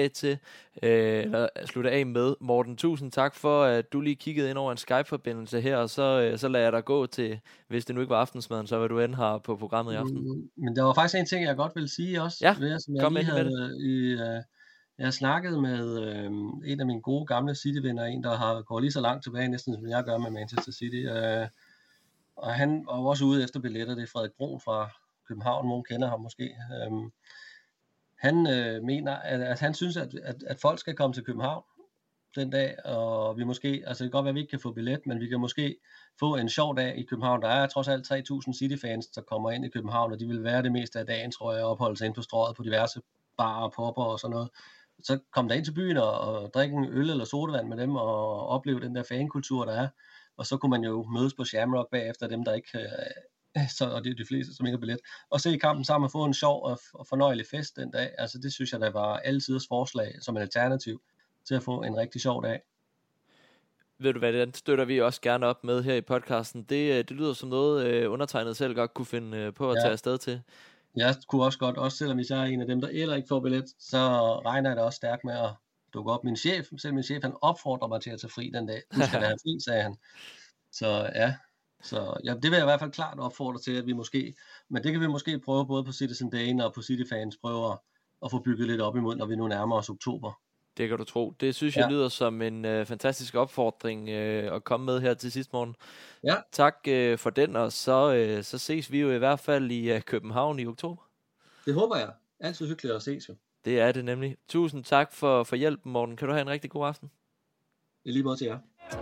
af med, Morten? Tusind tak for, at du lige kiggede ind over en Skype-forbindelse her, og så lader jeg dig gå til, hvis det nu ikke var aftensmaden, så vil du end her på programmet i aften. Men der var faktisk en ting, jeg godt vil sige også. Ja, som jeg lige havde jeg har snakket med en af mine gode gamle City-venner, en der går lige så langt tilbage næsten, som jeg gør med Manchester City. Og han var også ude efter billetter, det er Frederik Brun fra København, nogen kender ham måske. Han mener, at han synes, at folk skal komme til København den dag, og vi måske, altså det kan godt være, at vi ikke kan få billet, men vi kan måske få en sjov dag i København. Der er trods alt 3.000 City-fans, der kommer ind i København, og de vil være det meste af dagen, tror jeg, opholde sig ind på strøget på diverse barer og popper og sådan noget. Så kom der ind til byen og drikke en øl eller sodavand med dem og opleve den der fankultur, der er. Og så kunne man jo mødes på Shamrock bagefter, dem der ikke og det er de fleste, som ikke har billet, og se kampen sammen og få en sjov og fornøjelig fest den dag. Altså det synes jeg, der var altidens forslag som en alternativ til at få en rigtig sjov dag. Ved du hvad, den støtter vi også gerne op med her i podcasten. Det lyder som noget, undertegnet selv godt kunne finde på at tage afsted til. Jeg kunne også godt, også selvom jeg er en af dem, der eller ikke får billet, så regner jeg da også stærkt med at dukke op. Min chef, han opfordrer mig til at tage fri den dag. Du skal være fri, sagde han. Så ja, det vil jeg i hvert fald klart opfordre til, at vi måske, men det kan vi måske prøve både på Citizen Dane og på City Fans, prøve at få bygget lidt op imod, når vi nu nærmer os oktober. Det kan du tro. Det synes jeg lyder som en fantastisk opfordring at komme med her til sidst morgen. Ja. Tak for den, og så ses vi jo i hvert fald i København i oktober. Det håber jeg. Altid hyggeligt at ses jo. Det er det nemlig. Tusind tak for hjælpen, Morten. Kan du have en rigtig god aften? Det er lige måde til jer.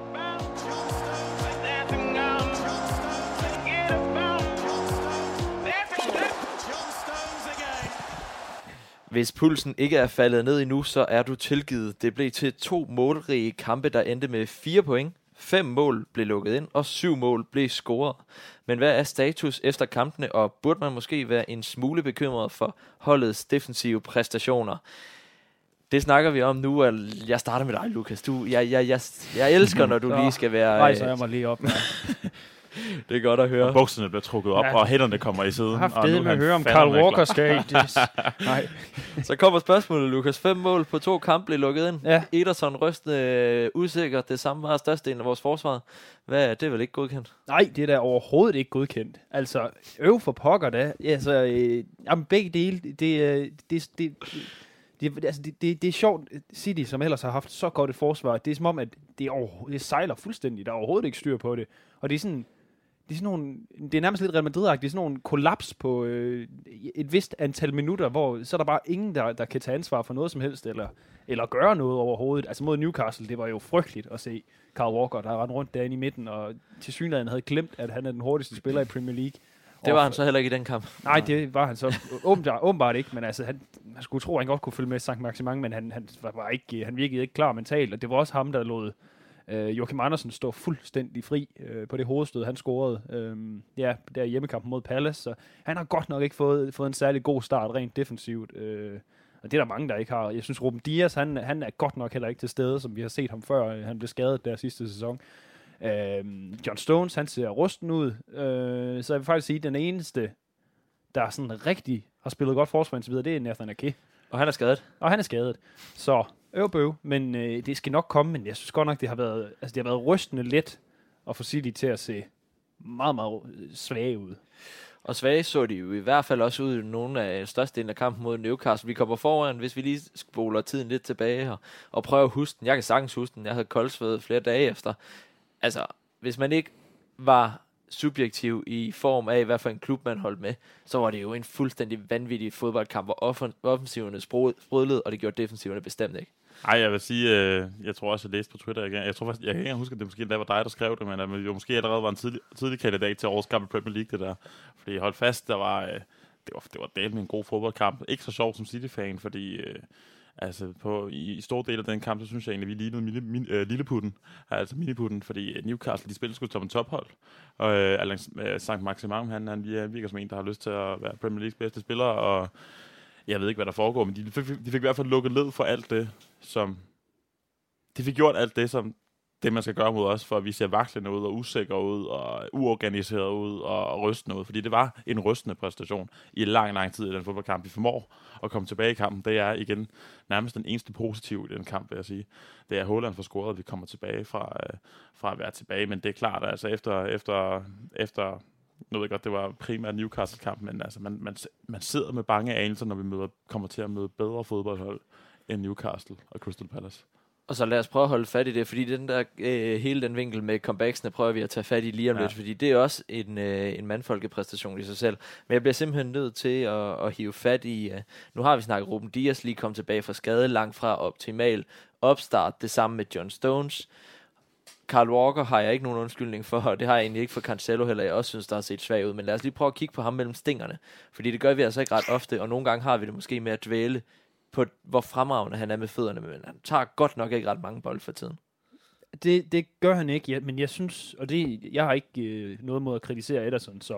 Hvis pulsen ikke er faldet ned endnu, så er du tilgivet. Det blev til 2 målrige kampe, der endte med 4 point. 5 mål blev lukket ind, og 7 mål blev scoret. Men hvad er status efter kampene, og burde man måske være en smule bekymret for holdets defensive præstationer? Det snakker vi om nu, og jeg starter med dig, Lukas. Jeg elsker, når du lige skal være... Nej, så jeg mig lige op. Det er godt at høre. Og bukserne bliver trukket op, og hænderne kommer i siden. Jeg har haft det med at høre om Carl Walker skal. Nej. Så kommer spørgsmålet, Lukas. 5 mål på 2 kampe blev lukket ind. Ja. Ederson rystende usikker. Det samme var størstedelen af vores forsvar. Det er vel ikke godkendt? Nej, det er da overhovedet ikke godkendt. Altså, for pokker da. Altså, begge dele, det er sjovt. City, som ellers har haft så godt et forsvar, det er som om, at det sejler fuldstændig. Der er overhovedet ikke styr på det. Og det er sådan nogle, det er nærmest lidt Real Madrid-agtigt, det er sådan nogle kollaps på et vist antal minutter, hvor så er der bare ingen, der kan tage ansvar for noget som helst, eller gøre noget overhovedet. Altså mod Newcastle, det var jo frygteligt at se Carl Walker, der rendte rundt derinde i midten, og tilsyneladende havde glemt, at han er den hurtigste spiller i Premier League. Det var han så heller ikke i den kamp. Nej, det var han så åbenbart ikke, men altså, man skulle tro, at han godt kunne følge med Saint-Maximin, men han virkede ikke klar mentalt, og det var også ham, der lod Joachim Andersen står fuldstændig fri på det hovedstød, han scorede der i hjemmekampen mod Palace. Så han har godt nok ikke fået en særlig god start rent defensivt. Og det er der mange, der ikke har. Jeg synes, Ruben Dias, han er godt nok heller ikke til stede, som vi har set ham før. Han blev skadet der sidste sæson. John Stones, han ser rusten ud. Så jeg vil faktisk sige, at den eneste, der sådan rigtig har spillet godt forsvar indtil videre, det er Nathan Ake. Og han er skadet. Så øvbøv, men det skal nok komme, men jeg synes godt nok, det har været rystende let at få City til at se meget, meget svage ud. Og svage så de jo i hvert fald også ud i nogle af størstedelen af kampen mod Newcastle. Vi kommer foran, hvis vi lige spoler tiden lidt tilbage og prøver at huske den. Jeg kan sagtens huske den. Jeg havde koldsved flere dage efter. Altså, hvis man ikke var subjektiv i form af, hvad for en klub man holdt med, så var det jo en fuldstændig vanvittig fodboldkamp, hvor offensiverne sprudlede, og det gjorde defensiverne bestemt ikke. Ej, jeg vil sige, jeg tror også, jeg læste på Twitter igen. Jeg tror faktisk, jeg kan ikke huske, at det måske endda var dig, der skrev det, men at det måske allerede var en tidlig kandidat til årets kamp i Premier League, det der. Fordi holdt fast, det var delt med en god fodboldkamp. Ikke så sjov som City-fan, fordi i store dele af den kamp, så synes jeg egentlig, vi lignede lilleputten, altså miniputten, fordi Newcastle, de spillede sgu som en tophold. Og Saint-Maximin, han virker som en, der har lyst til at være Premier Leagues bedste spiller, og jeg ved ikke, hvad der foregår, men de fik i hvert fald lukket led for alt det, som... De fik gjort alt det, som det, man skal gøre mod os, for at vi ser vakslende ud, og usikre ud, og uorganiseret ud, og rystende ud. Fordi det var en rystende præstation i lang, lang tid i den fodboldkamp. Vi formår at komme tilbage i kampen. Det er igen nærmest den eneste positive i den kamp, vil jeg sige. Det er Haaland for scoret, at vi kommer tilbage fra at være tilbage. Men det er klart, altså efter nu ved jeg godt, det var primært Newcastle-kamp, men altså, man sidder med bange anelser, når vi kommer til at møde bedre fodboldhold end Newcastle og Crystal Palace. Og så lad os prøve at holde fat i det, fordi hele den vinkel med comebacksene prøver vi at tage fat i lige om lidt, fordi det er også en mandfolkepræstation i sig selv. Men jeg bliver simpelthen nødt til at hive fat i, nu har vi snakket Ruben Dias lige kom tilbage fra skade, langt fra optimal opstart, det samme med John Stones. Carl Walker har jeg ikke nogen undskyldning for, og det har jeg egentlig ikke for Cancelo heller. Jeg også synes, der har set svag ud, men lad os lige prøve at kigge på ham mellem stingerne, fordi det gør vi altså ikke ret ofte, og nogle gange har vi det måske med at dvæle på, hvor fremragende han er med fødderne, men han tager godt nok ikke ret mange bolde for tiden. Det gør han ikke, ja, men jeg synes, og jeg har ikke noget mod at kritisere Ederson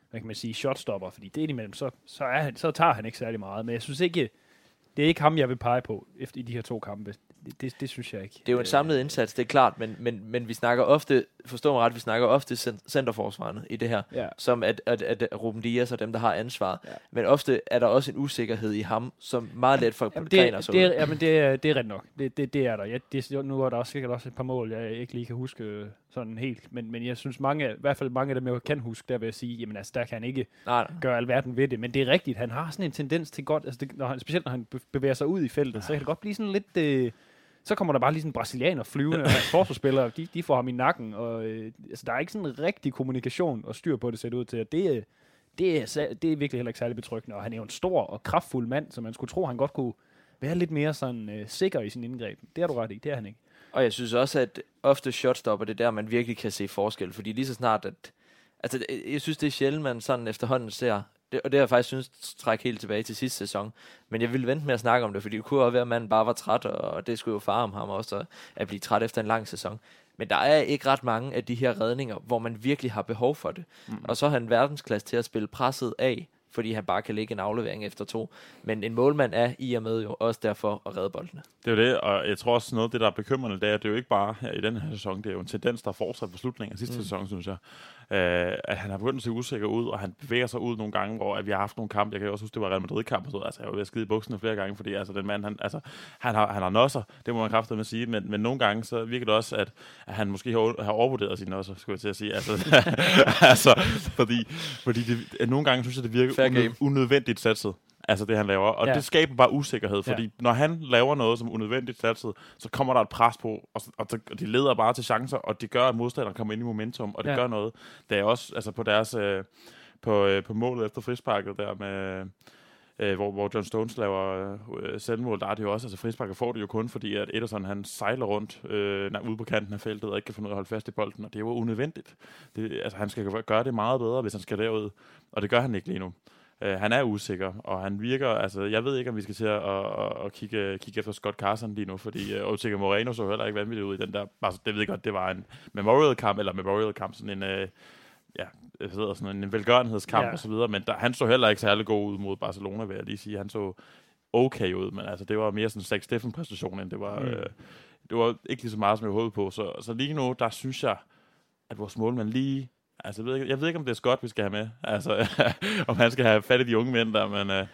hvad kan man sige, shotstopper, fordi det indimellem, så tager han ikke særlig meget. Men jeg synes ikke, det er ikke ham, jeg vil pege på efter i de her 2 kampe. Det synes jeg ikke. Det er jo en samlet indsats, det er klart, men vi snakker ofte, forstå mig ret, vi snakker ofte centerforsvarerne i det her, som at Ruben Dias og dem, der har ansvaret. Ja. Men ofte er der også en usikkerhed i ham, som meget let for træner sig ud. Jamen, det er ret nok. Det er der. Nu er der også sikkert også et par mål, jeg ikke lige kan huske sådan helt, men jeg synes i hvert fald mange af dem, jeg kan huske, der vil jeg sige, jamen altså, der kan han ikke gøre alverden ved det. Men det er rigtigt, han har sådan en tendens til godt, altså specielt når han bevæger sig ud i feltet, så kan det godt blive sådan lidt... Så kommer der bare lige sådan en brasilianer flyvende, og forsvarsspillere, de får ham i nakken, og altså, der er ikke sådan en rigtig kommunikation og styr på det, ser det ud til. Det er virkelig heller ikke særlig betryggende, og han er jo en stor og kraftfuld mand, så man skulle tro, han godt kunne være lidt mere sådan sikker i sin indgreb. Det har du ret i, det er han ikke. Og jeg synes også, at ofte shotstopper, det der, man virkelig kan se forskel, fordi lige så snart, at... Altså, jeg synes, det er sjældent, man sådan efterhånden ser... Og det har jeg faktisk synes trække helt tilbage til sidste sæson. Men jeg ville vente med at snakke om det, fordi det kunne også være, at manden bare var træt, og det skulle jo fare om ham også, at blive træt efter en lang sæson. Men der er ikke ret mange af de her redninger, hvor man virkelig har behov for det. Og så er han verdensklasse til at spille presset af, fordi han bare kan lægge en aflevering efter 2. Men en målmand er i og med jo også derfor at redde boldene. Det er jo det, og jeg tror også noget af det, der er bekymrende, det er jo ikke bare her i den her sæson, det er jo en tendens, der fortsat på slutningen af sidste sæson, synes jeg. At han har begyndt at se usikker ud, og han bevæger sig ud nogle gange, hvor at vi har haft nogle kampe. Jeg kan også huske, det var Real Madrid-kamp, og så altså, jeg var ved at skide i bukserne flere gange, fordi altså, den mand, han har nosser, det må man kraftedeme sige, men nogle gange, så virker det også, at han måske har overvurderet sine nosser, skulle jeg til at sige. Altså, fordi det, nogle gange synes jeg, det virker unødvendigt satset. Altså det, han laver. Og det skaber bare usikkerhed, fordi når han laver noget, som unødvendigt satset, så kommer der et pres på, og de leder bare til chancer, og det gør, at modstanderen kommer ind i momentum, og det gør noget. Det er også altså på deres på målet efter frisparket der med hvor John Stones laver selvmål, der er det jo også, altså frisparket får det jo kun, fordi at Ederson, han sejler rundt ude på kanten af feltet, og ikke kan finde ud af at holde fast i bolden, og det er jo unødvendigt. Altså han skal gøre det meget bedre, hvis han skal derud, og det gør han ikke lige nu. Han er usikker, og han virker, altså jeg ved ikke, om vi skal til at kigge efter Scott Carson lige nu, fordi Otega Moreno så heller ikke vanvittigt ud i den der, altså det ved jeg godt, det var en memorial-kamp, sådan en, sådan en velgørenhedskamp og så videre, men han så heller ikke særlig god ud mod Barcelona, vil jeg lige sige. Han så okay ud, men altså det var mere sådan en Zach Steffen-præstation, end det var, det var ikke lige så meget, som jeg håbede på, så lige nu, der synes jeg, at vores målmand lige... Altså, jeg ved ikke, om det er Scott, vi skal have med. Altså, om han skal have fat i de unge mænd der, men...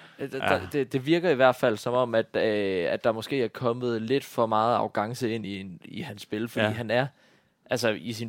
Det virker i hvert fald som om, at der måske er kommet lidt for meget arrogance ind i hans spil, fordi han er... Altså,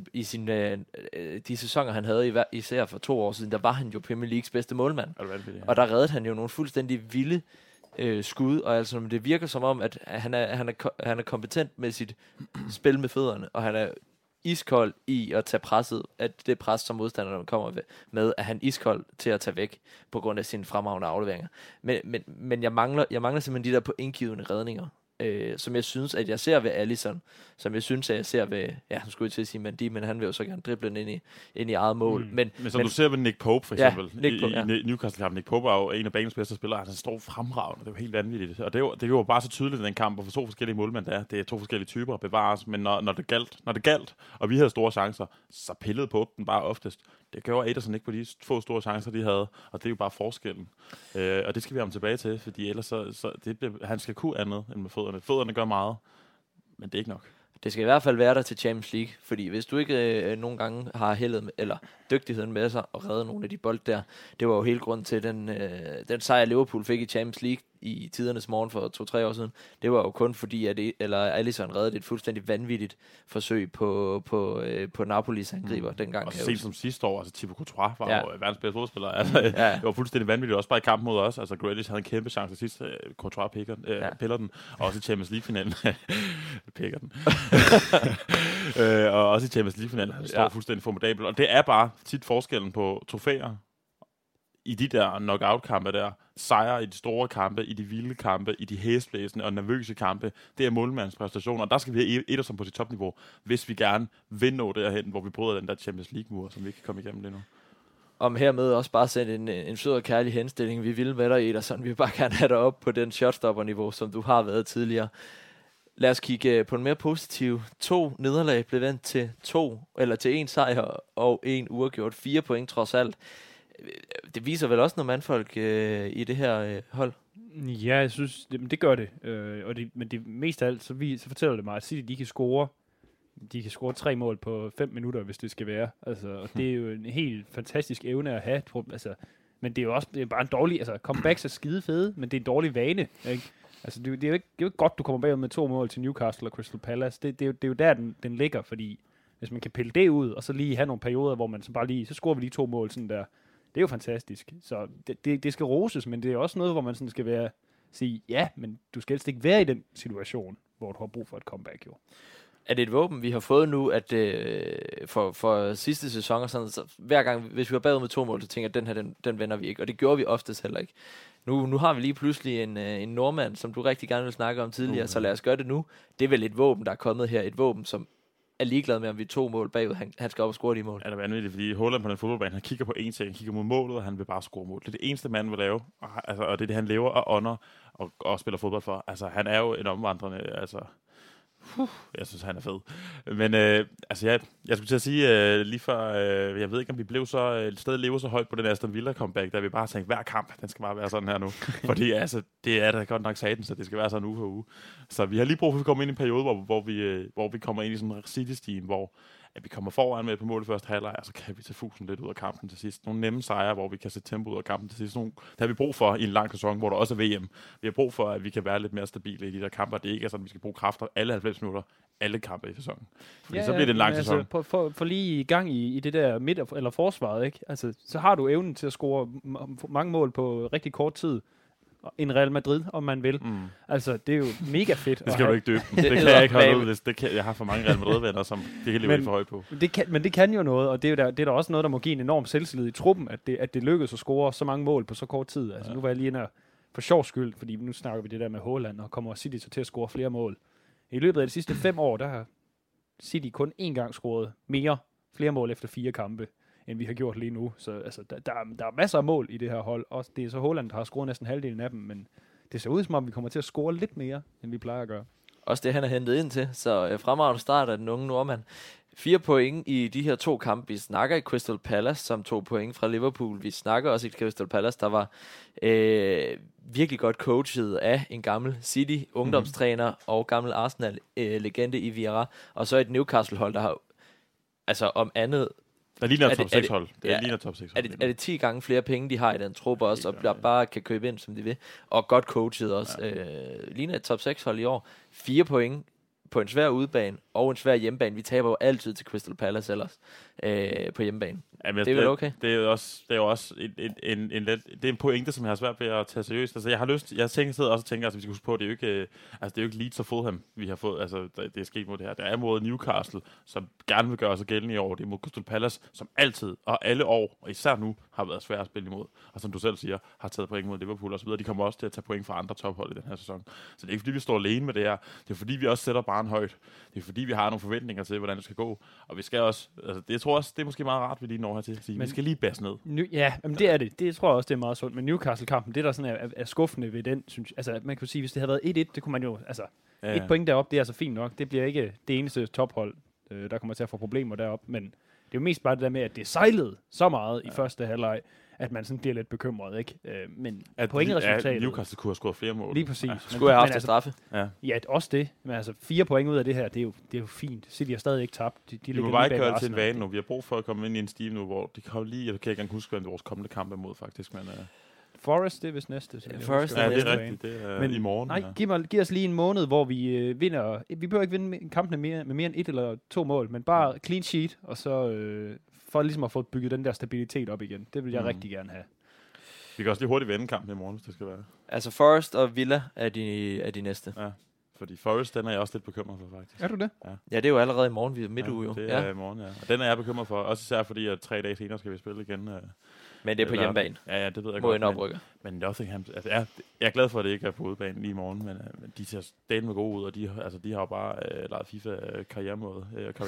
de sæsoner, han havde især for 2 år siden, der var han jo Premier Leagues bedste målmand. Og der reddede han jo nogle fuldstændig vilde skud, og altså, det virker som om, at han er kompetent med sit spil med fødderne, og han er iskold i at tage presset, at det pres, som modstanderne kommer med, er han iskold til at tage væk, på grund af sine fremragende afleveringer. Men jeg mangler simpelthen de der pointgivende redninger, som jeg synes, at jeg ser ved Alisson, som jeg synes, at jeg ser ved, nu skulle jeg til at sige Mendy, men han vil jo så gerne drible den ind i eget mål. Men som du ser ved Nick Pope, for eksempel, i Newcastle-kampen. Nick Pope er jo en af banens bedste spillere, han står fremragende, det er jo helt vanvittigt. Og det var bare så tydeligt i den kamp, hvor 2 forskellige målmænd der er. Det er 2 forskellige typer bevares, men når det galt, og vi havde store chancer, så pillede Pope den bare oftest. Det gjorde Ederson ikke på de få store chancer, de havde, og det er jo bare forskellen. Og det skal vi have tilbage til, fordi ellers han skal kunne andet end med fødderne. Fødderne gør meget, men det er ikke nok. Det skal i hvert fald være der til Champions League, fordi hvis du ikke nogle gange har heldet eller dygtigheden med sig og redde nogle af de bold der, det var jo hele grunden til den sejr Liverpool fik i Champions League i tidernes morgen for 2-3 år siden. Det var jo kun fordi, at Alisson reddede et fuldstændig vanvittigt forsøg på Napolis angriber dengang. Og så sent som sidste år, altså Thibaut Courtois var jo verdens bedste fodspiller. Altså, det var fuldstændig vanvittigt, også bare i kampen mod os. Altså Grealish havde en kæmpe chance sidst. Courtois piller den, og også i Champions League-finalen. Pikker den. Og også i Champions League-finalen. Han står fuldstændig formidabel. Og det er bare tit forskellen på trofæer i de der knockout-kampe der, sejre i de store kampe, i de vilde kampe, i de hæsblæsende og nervøse kampe, det er målmandens præstationer. Og der skal vi have Ederson på sit topniveau, hvis vi gerne vil nå derhen, hvor vi bryder den der Champions League-mur, som vi ikke kan komme igennem lige nu. Om hermed også bare sende en sød og kærlig henstilling. Vi vil med dig, Ederson. Vi vil bare gerne have dig op på den shotstopper-niveau, som du har været tidligere. Lad os kigge på en mere positiv. 2 nederlag blev vendt til 1 sejr og 1 uafgjort. 4 point trods alt. det viser vel også noget mandfolk i det her hold? Ja, jeg synes, det gør det. Men det mest af alt, så fortæller det mig, at City, de kan score 3 mål på 5 minutter, hvis det skal være. Altså, og det er jo en helt fantastisk evne at have. Altså, men det er jo også bare en dårlig... Altså, comebacks er skide fede, men det er en dårlig vane, ikke? Altså, det er jo ikke godt, du kommer bagud med 2 mål til Newcastle og Crystal Palace. Det er jo der, den ligger, fordi hvis man kan pille det ud, og så lige have nogle perioder, hvor man så scorer vi lige 2 mål sådan der. Det er jo fantastisk. Så det skal roses, men det er også noget, hvor man sådan skal sige, ja, men du skal helst ikke være i den situation, hvor du har brug for et comeback, jo. Er det et våben, vi har fået nu, at for sidste sæson, og sådan, så hver gang, hvis vi var bagud med 2 mål, så tænker jeg, at den vender vi ikke, og det gjorde vi oftest heller ikke. Nu har vi lige pludselig en nordmand, som du rigtig gerne vil snakke om tidligere, så lad os gøre det nu. Det er vel et våben, der er kommet her, et våben, som er ligeglad med, om vi er 2 mål bagud. Han skal op og score de mål. Er det vanvittigt, fordi Haaland på den fodboldbane, han kigger på én ting, han kigger mod målet, og han vil bare score mål. Det er det eneste, mand vil lave, og det er det, han lever og ånder og spiller fodbold for. Altså, han er jo en omvandrende, altså... Jeg synes, han er fed. Men jeg skulle til at sige lige før, jeg ved ikke, om vi blev stadig lever så højt på den Aston Villa comeback, der vi bare tænkte, hver kamp, den skal bare være sådan her nu. Fordi altså, det er da godt nok satans, så det skal være sådan uge for uge. Så vi har lige brug for at komme ind i en periode, hvor vi kommer ind i sådan en City-stime, hvor at vi kommer foran med på mål i første halvleg, og så kan vi tage fusen lidt ud af kampen til sidst. Nogle nemme sejre, hvor vi kan sætte tempo ud af kampen til sidst. Det har vi brug for i en lang sæson, hvor der også er VM. Vi har brug for, at vi kan være lidt mere stabile i de der kamper. Det er ikke sådan, at vi skal bruge kræfter alle 90 minutter, alle kampe i sæsonen. Fordi så bliver det en lang sæson. Altså, for lige i gang i det der eller forsvaret, ikke? Altså, så har du evnen til at score mange mål på rigtig kort tid. En Real Madrid, om man vil. Altså, det er jo mega fedt. Det skal du ikke døbe. Det kan jeg ikke holde ud. Jeg har for mange Real Madrid-venner, som det hele er for højt på. Men det kan jo noget, og det er der også noget, der må give en enorm selvtillid i truppen, at det lykkedes at score så mange mål på så kort tid. Altså, nu var jeg lige inde for sjov skyld, fordi nu snakker vi det der med Haaland, og kommer City så til at score flere mål. I løbet af de sidste 5 år, der har City kun 1 gang scoret flere mål efter 4 kampe, end vi har gjort lige nu. Så altså, der er masser af mål i det her hold. Også det er så Haaland, der har scoret næsten halvdelen af dem, men det ser ud som om, vi kommer til at score lidt mere, end vi plejer at gøre. Også det, han er hentet ind til. Så fremragende start af den unge nordmand. 4 point i de her 2 kampe. Vi snakker i Crystal Palace, som 2 point fra Liverpool. Vi snakker også i Crystal Palace, der var virkelig godt coachet af en gammel City-ungdomstræner og gammel Arsenal-legende i Vieira. Og så et Newcastle-hold, der har altså om andet... Der ligner top 6 hold. Det ligner top 6 hold. Er det 10 gange flere penge, de har i den truppe også, og bare kan købe ind, som de vil. Og godt coachet også. Ligner et top 6 hold i år. 4 point på en svær udebane og en svær hjemmebane. Vi taber jo altid til Crystal Palace ellers på hjemmebane. Jamen, det er vel okay? Det er jo også en pointe, som jeg har svært ved at tage seriøst. Altså, jeg sidder også og tænker, altså, vi skal huske på, det er jo ikke Leeds og Fulham, vi har fået. Altså, det er sket mod det her. Der er mod Newcastle, som gerne vil gøre sig gældende i år. Det er mod Crystal Palace, som altid og alle år, og især nu, har været svært at spille imod. Og som du selv siger, har taget point mod Liverpool og så videre. De kommer også til at tage point fra andre tophold i den her sæson. Så det er ikke fordi, vi står alene med det her. Det er fordi, vi også sætter barren højt. Det er fordi, vi har nogle forventninger til, hvordan det skal gå. Og vi skal også, altså, jeg tror også, det er måske meget rart, vi lige når her til at sige, vi skal lige basse ned. Men det er det. Det tror jeg også, det er meget sundt. Men Newcastle-kampen, det der sådan er skuffende ved den, synes jeg. Altså, man kan sige, hvis det havde været 1-1, det kunne man jo, altså, 1 point deroppe, det er altså fint nok. Det bliver ikke det eneste tophold, der kommer til at få problemer deroppe. Men det er jo mest bare det der med, at det sejlede så meget i første halvleg, at man sådan bliver lidt bekymret, ikke? Men pointresultatet... Newcastle kunne have scoret flere mål. Lige præcis. Skulle have haft straffe. Ja, også det. Men altså 4 point ud af det her, det er jo fint. City har stadig ikke tabt. De må bare ikke gøre det til en vane nu. Vi har brug for at komme ind i en stime nu, hvor de kan lige... Jeg kan ikke engang huske, hvad vores kommende kamp er mod, faktisk. Men, Forest, det er vist næste. Forest det er rigtigt. Det er i morgen. Nej, giv os lige en måned, hvor vi vinder... Vi behøver ikke vinde kampene med mere end 1 eller 2 mål, men bare clean sheet, og så for ligesom at få bygget den der stabilitet op igen. Det vil jeg rigtig gerne have. Vi kan også lige hurtigt vende kampen i morgen, hvis det skal være. Altså Forest og Villa er de næste. Ja, fordi Forest, den er jeg også lidt bekymret for, faktisk. Er du det? Ja, det er jo allerede i morgen, vi er midtuge jo. Det er i morgen, ja. Og den er jeg bekymret for, også især fordi, at 3 dage senere skal vi spille igen. Men det er på hjemmebane. Ja, det ved jeg godt. Mod en oprykker. Men Nottingham, altså, jeg er glad for, at det ikke er på udebane lige i morgen, men de ser stadig med gode ud, og de har jo bare lavet FIFA-karrieremode.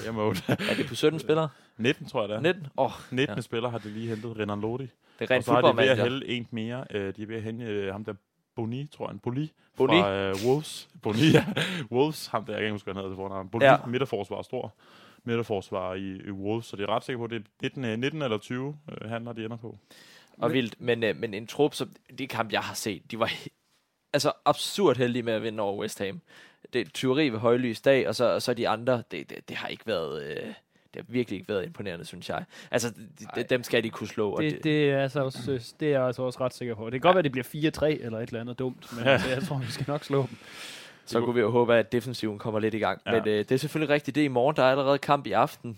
Er det på 17 spillere? 19, tror jeg det er. 19? 19 spillere har de lige hentet Renan Lodi. Det er rent fodboldmand. Og så har de ved at hælde en mere. De er ved at hente ham der Boni, tror jeg. Boni fra Wolves. Boni, ja. Wolves, ham der, jeg kan ikke huske, hvad han hedder til fornavn. Boni, midterforsvar, stor midterforsvar i Wolves, så det er ret sikker på, at det er 19 eller 20 handler, de ender på. og vildt. Men en trup, som de kamp, jeg har set, de var altså absurd heldige med at vinde over West Ham. Det er tyveri ved højlys dag, og så de andre, det har ikke været... det har virkelig ikke været imponerende, synes jeg. Altså, dem skal de kunne slå. Det er jeg altså også ret sikker på. Det kan godt være, at det bliver 4-3 eller et eller andet dumt, men altså, jeg tror, vi skal nok slå dem. Så kunne vi jo håbe, at defensiven kommer lidt i gang. Ja. Men det er selvfølgelig rigtigt. Det er i morgen. Der er allerede kamp i aften,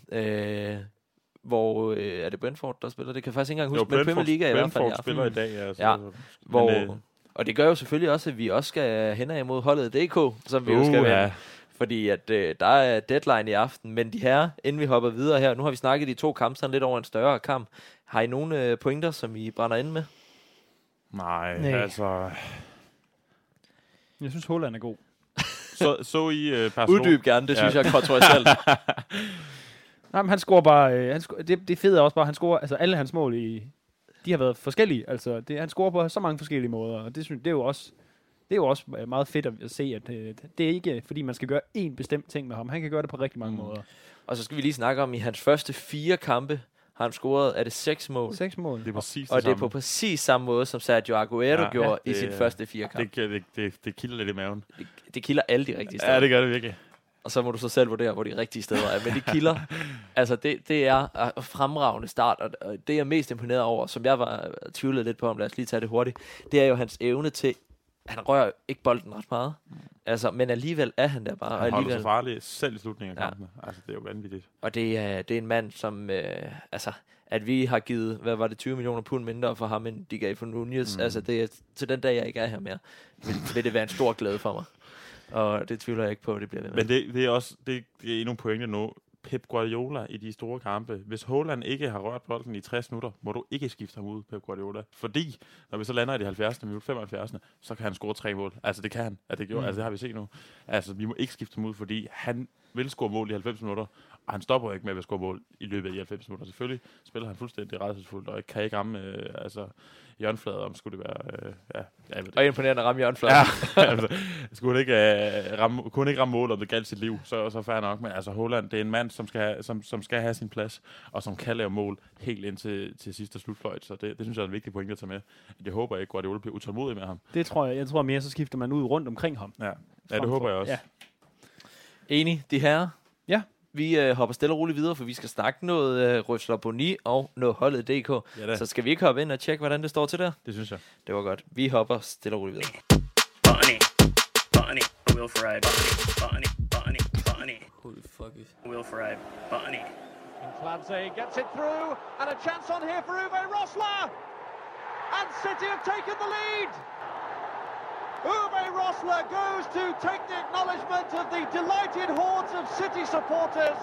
hvor er det Brentford, der spiller? Det kan jeg faktisk ikke engang huske. Men Premier League er i hvert fald i aften. Spiller i dag, ja. Og det gør jo selvfølgelig også, at vi også skal hen imod holdet DK, som vi jo skal være. Fordi at der er deadline i aften. Men de her, inden vi hopper videre her, nu har vi snakket de 2 kampe, sådan lidt over en større kamp. Har I nogle pointer, som I brænder ind med? Nej. Altså... Jeg synes, Haaland er god. Så I Barcelona? Uddyb gerne, det synes jeg er kontroversielt. Nej, men han scorer bare... det fede er også bare, han scorer... Altså, alle hans mål de har været forskellige. Altså, han scorer på så mange forskellige måder, og det er jo også meget fedt at se, at det er ikke, fordi man skal gøre én bestemt ting med ham. Han kan gøre det på rigtig mange måder. Og så skal vi lige snakke om, i hans første 4 kampe har han scoret, er det 6 mål? 6 mål. Det er præcis og det er på præcis samme måde, som Sergio Aguero gjorde i sin første 4 kampe. Det kilder lidt i maven. Det kilder alle de rigtige steder. Ja, det gør det virkelig. Og så må du så selv vurdere, hvor de rigtige steder er. Men de kilder. Altså, det er fremragende start, og det jeg er mest imponeret over, som jeg var tvivlet lidt på, om lad os lige tage det hurtigt, det er jo hans evne til, han rører ikke bolden ret meget, altså, men alligevel er han der bare. Han holder sig farlig selv i slutningen af kampene. Altså, det er jo vanvittigt. Og det er en mand, som, at vi har givet, hvad var det, 20 millioner pund mindre for ham, end de gav for Nunez. Altså, det er til den dag, jeg ikke er her mere, vil det være en stor glæde for mig. Og det tvivler jeg ikke på, at det bliver ved med. Men det er også, det er endnu pointe nu. Pep Guardiola i de store kampe. Hvis Haaland ikke har rørt bolden i 60 minutter, må du ikke skifte ham ud, Pep Guardiola. Fordi, når vi så lander i de 70. minut, 75. så kan han score 3 mål. Altså, det kan han. Altså, det har vi set nu. Altså, vi må ikke skifte ham ud, fordi han vil score mål i 90 minutter, og han stopper ikke med at score mål i løbet af de 90 minutter. Selvfølgelig spiller han fuldstændig rædselsfuldt, og kan ikke ramme hjørneflader, om skulle det være... Og imponerende at ramme hjørneflader. Ja, altså, skulle kunne ikke ramme mål, om det galt sit liv, så fair nok. Men altså, Haaland, det er en mand, som skal have sin plads, og som kan lave mål helt ind til sidste slutfløjt. Så det synes jeg er en vigtig point at tage med. Jeg håber ikke, at Guardiola bliver utålmodig med ham. Det tror jeg. Jeg tror mere, så skifter man ud rundt omkring ham. Ja, det håber jeg også. Ja. Enig, de herrer. Ja. Vi hopper stille og roligt videre, for vi skal snakke noget Røsler Boni og noget holdet DK. Ja, så skal vi ikke hoppe ind og tjekke, hvordan det står til der? Det synes jeg. Det var godt. Vi hopper stille og roligt videre. Bonnie, Will Ferrari, Bonnie. Who the fuck is Will Ferrari, Bonnie. Clancy gets it through, and a chance on here for Uwe Rosler! And City have taken the lead! Uwe Rosler goes to take the acknowledgement of the delighted hordes of City supporters.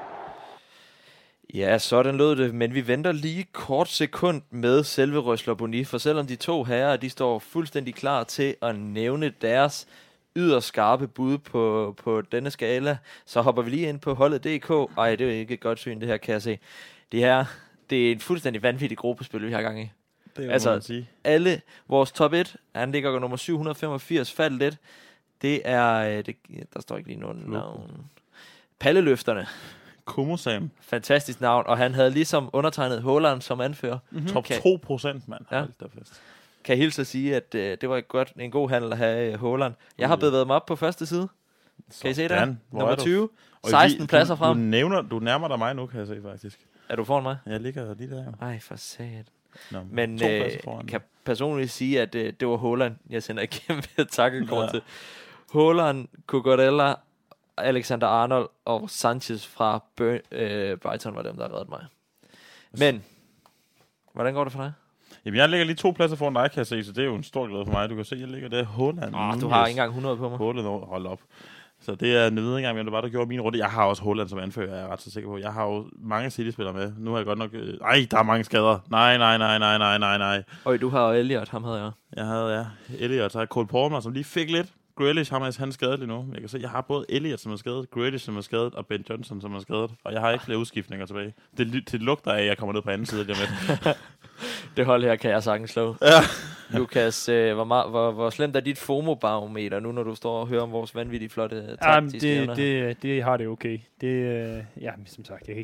Ja, sådan lød det, men vi venter lige kort sekund med selve Røsler Boni, for selvom de 2 herrer, de står fuldstændig klar til at nævne deres yderst skarpe bud på denne skala, så hopper vi lige ind på holdet DK. Ej, det er jo ikke et godt syn, det her, kan jeg se. Det er en fuldstændig vanvittig gruppespil, vi har gang i. Altså, alle vores top 1, han ligger nummer 785, faldt lidt. Det er, der står ikke lige nogen navn. Palleløfterne. Komosam. Fantastisk navn, og han havde ligesom undertegnet Haaland som anfører. Mm-hmm. Top 2%, mand. Ja. Kan jeg hilse at sige, at det var en god handel at have Haaland. Jeg har bevæget mig op på første side. Kan I se der? Nummer 20. 16 pladser frem. Du nærmer dig mig nu, kan jeg se faktisk. Er du foran mig? Jeg ligger lige der. Ej, for sat. Men kan personligt sige, at det var Haaland, jeg sender igennem ved at takke kort til. Haaland, Cucurella, Alexander Arnold og Sanchez fra Brighton var dem, der reddede mig. Men, hvordan går det for dig? Jamen, jeg ligger lige 2 pladser foran dig, kan jeg se, så det er jo en stor glæde for mig. Du kan se, jeg ligger der. Haaland. Du har ikke engang 100 på mig. Haaland, hold op. Så det er en videre hvem det var, der gjorde min runde. Jeg har også Haaland som anfører, jeg er ret så sikker på. Jeg har jo mange City-spillere med. Nu har jeg godt nok... der er mange skader. Nej. Og du har jo Elliot, ham havde jeg. Jeg havde, Elliot. Så har Cole Palmer, som lige fik lidt. Grealish, han er skadet lige nu. Jeg kan se, jeg har både Elliot, som er skadet, Grealish, som er skadet, og Ben Johnson, som er skadet. Og jeg har ikke flere udskiftninger tilbage. Det lugter af, at jeg kommer ned på anden side lige med. Det hold her kan jeg sagtens slå. Ja. Lukas, hvor slemt er dit FOMO-barometer nu, når du står og hører om vores vanvittige flotte taktiske evner? Det har det okay. Det, som sagt,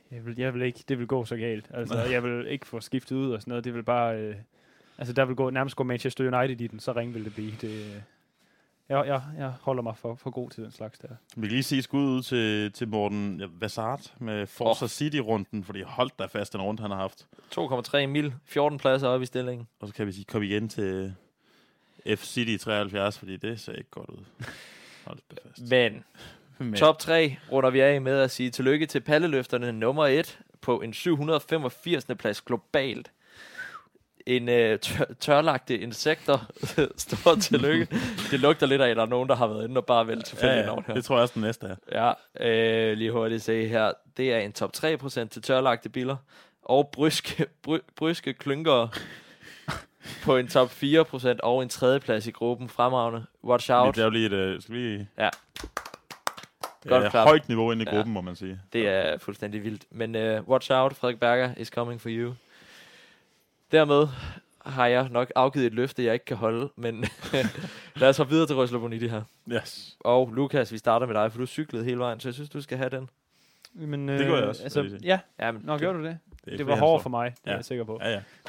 Jeg vil ikke, det vil gå så galt. Altså, jeg vil ikke få skiftet ud og sådan noget. Det vil bare, der vil nærmest gå Manchester United i den, så ringe vil det blive. Jeg holder mig for god til den slags der. Vi kan lige se skud ud til Morten Vassart med Forza City-runden, fordi holdt der fast den runde, han har haft. 2,3 mil, 14 pladser op i stillingen. Og så kan vi sige, kom igen til F City 73, fordi det ser ikke godt ud. Hold det fast. Men top 3 runder vi af med at sige tillykke til palleløfterne nummer 1 på en 785. plads globalt. En tørlagte insekter. Stort tillykke. Det lugter lidt af, at der er nogen, der har været inde og bare vælge tilfældigt over her. Det tror jeg også den næste er. Ja, lige hurtigt se her. Det er en top 3% til tørlagte biler. Og bryske klynker på en top 4% og en tredjeplads i gruppen. Fremragende. Watch out. Det er jo lige et... Skal vi... Ja. Godt højt niveau inde i gruppen, må man sige. Det er fuldstændig vildt. Men watch out, Frederik Berger is coming for you. Dermed har jeg nok afgivet et løfte, jeg ikke kan holde, men lad os hoppe videre til Røsler Boniti her. Yes. Og Lukas, vi starter med dig, for du cyklede hele vejen, så jeg synes, du skal have den. Men, det gør jeg også. Altså, men nå, gjorde du det? Det var hårdt for mig, det er jeg sikker på.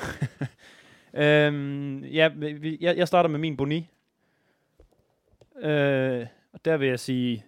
Ja. Jeg starter med min Boni. Og der vil jeg sige,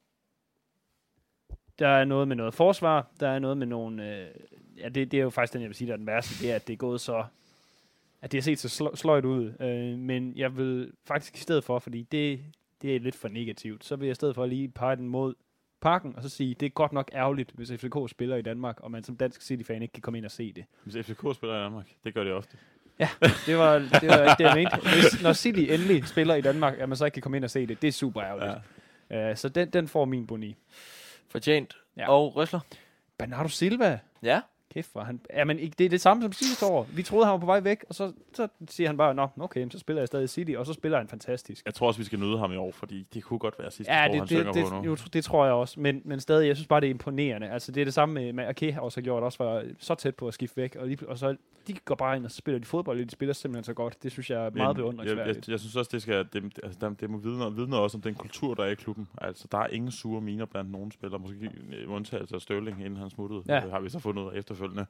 der er noget med noget forsvar, der er noget med nogle... det er jo faktisk den, jeg vil sige, der er den værste, det er, at det er gået så... At det har set så sløjt ud. Men jeg vil faktisk i stedet for, fordi det er lidt for negativt, så vil jeg i stedet for lige pege den mod Parken, og så sige, det er godt nok ærgerligt, hvis FCK spiller i Danmark, og man som dansk City-fan ikke kan komme ind og se det. Hvis FCK spiller i Danmark, det gør det ofte. Ja, det var ikke det, jeg mente. Når City endelig spiller i Danmark, at man så ikke kan komme ind og se det, det er super ærgerligt. Ja. Så den får min Boni. Fortjent. Ja. Og Røsler? Bernardo Silva. Ja. Kæft, for han... Ja, men det er det samme som sidste år. Vi troede, han var på vej væk, og så siger han bare, okay, så spiller jeg stadig City, og så spiller han fantastisk. Jeg tror også, vi skal nyde ham i år, fordi det kunne godt være sidste år, han synger på nu. Det tror jeg også, men stadig, jeg synes bare, det er imponerende. Altså, det er det samme med Ake også har gjort, også var så tæt på at skifte væk, og så de går bare ind og spiller de fodbold, de spiller simpelthen så godt. Det synes jeg er meget beundringsværdigt. Jeg synes også, det må vidne også om den kultur, der er i klubben. Altså, der er ingen sure miner blandt nogen spillere, måske undtagelse af Støvling, inden han smuttede, har vi så fundet ud af efterfølgende.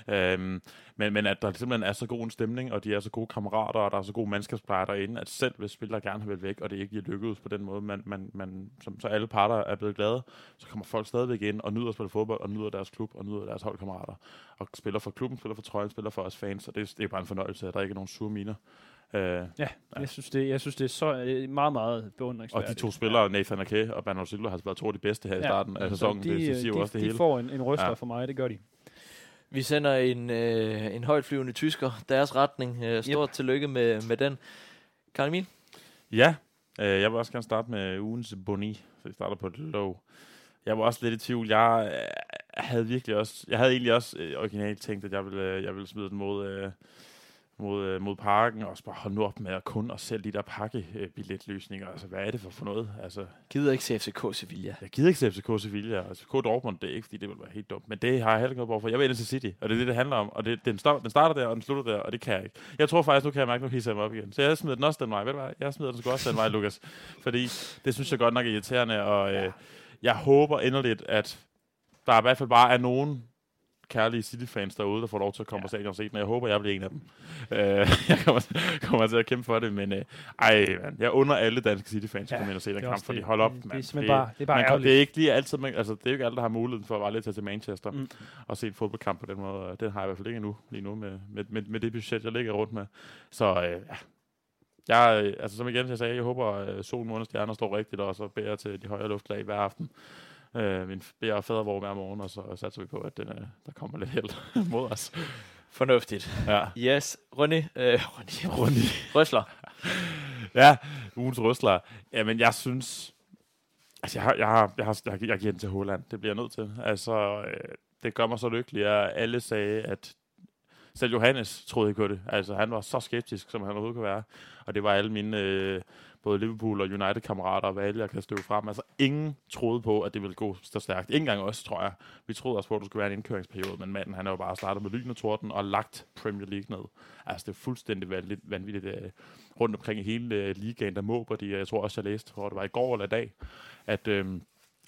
Men at der simpelthen er så god en stemning, og de er så gode kammerater, og der er så gode mandskabsplejer derinde, at selv hvis spillere gerne vil væk, og det ikke bliver lykkedes på den måde, så alle parter er blevet glade, så kommer folk stadigvæk ind og nyder at spille fodbold, og nyder deres klub, og nyder deres holdkammerater, og spiller for klubben, spiller for trøjen, spiller for os fans, og det er bare en fornøjelse, at der ikke er nogen sure miner. Jeg synes, det er så meget, meget beundringsværdigt. Og de to spillere, Nathan Ake og Bernardo Silva, har været to af de bedste her i starten af sæsonen. Det siger jo også det hele. De får en røster for mig, det gør de. Vi sender en højtflyvende tysker deres retning. Stort tillykke med den. Karl Emil? Ja, jeg vil også gerne starte med ugens Boni, så vi starter på et low. Jeg var også lidt i tvivl. Jeg havde egentlig også originalt tænkt, at jeg ville smide den mod Parken, og også bare holde nu op med at sælge de der pakkebilletløsninger. Altså, hvad er det for noget? Altså, gider ikke se FCK Sevilla. Jeg gider ikke se FCK Sevilla. Altså, FCK Dortmund, det er ikke, fordi det vil være helt dumt. Men det har jeg heller ikke noget brug for. Jeg vil ind til City, og det er det handler om. Og den starter der, og den slutter der, og det kan jeg ikke. Jeg tror faktisk, nu kan jeg mærke, nu hisser jeg mig op igen. Så jeg smider den også den vej. Ved du hvad? Jeg smider den sgu også den vej, Lukas. Fordi det synes jeg godt nok er irriterende, og jeg håber endeligt, at der i hvert fald bare er nogen kærlige City-fans derude, der får lov til at komme på stadion og se den, og jeg håber, jeg bliver en af dem. Jeg kommer til at kæmpe for det, men jeg under alle danske City-fans at komme ind og se den kamp, for de holder op. Det er bare ærgerligt. Det er ikke lige altid, altså det er jo ikke alle, der har muligheden for at bare lidt tage til Manchester og se en fodboldkamp på den måde. Den har jeg i hvert fald ikke lige nu med det budget, jeg ligger rundt med. Så altså som igen jeg sagde, jeg håber, solen, måne og stjerner står rigtigt, og så beder til de højere luftlag hver aften. Min beder fadervor hver morgen, og så satser vi på, at der kommer lidt held mod os. Fornuftigt. Ja. Yes. Ronny. Røsler. Ja, ugens Røsler. Jamen, jeg synes... Altså, jeg giver den til Haaland. Det bliver jeg nødt til. Altså, det gør mig så lykkelig, at alle sagde, at selv Johannes troede ikke på det. Altså, han var så skeptisk, som han overhovedet kunne være. Og det var alle mine... både Liverpool og United-kammerater og hvad jeg kan støve frem. Altså, ingen troede på, at det ville gå så stærkt. Ingen gang også, tror jeg. Vi troede også på, at det skulle være en indkøringsperiode, men manden, han er jo bare startet med lyn og torden og lagt Premier League ned. Altså, det er fuldstændig vanvittigt rundt omkring i hele ligaen, der måber de. Jeg tror også, jeg læste, hvor det var i går eller i dag, at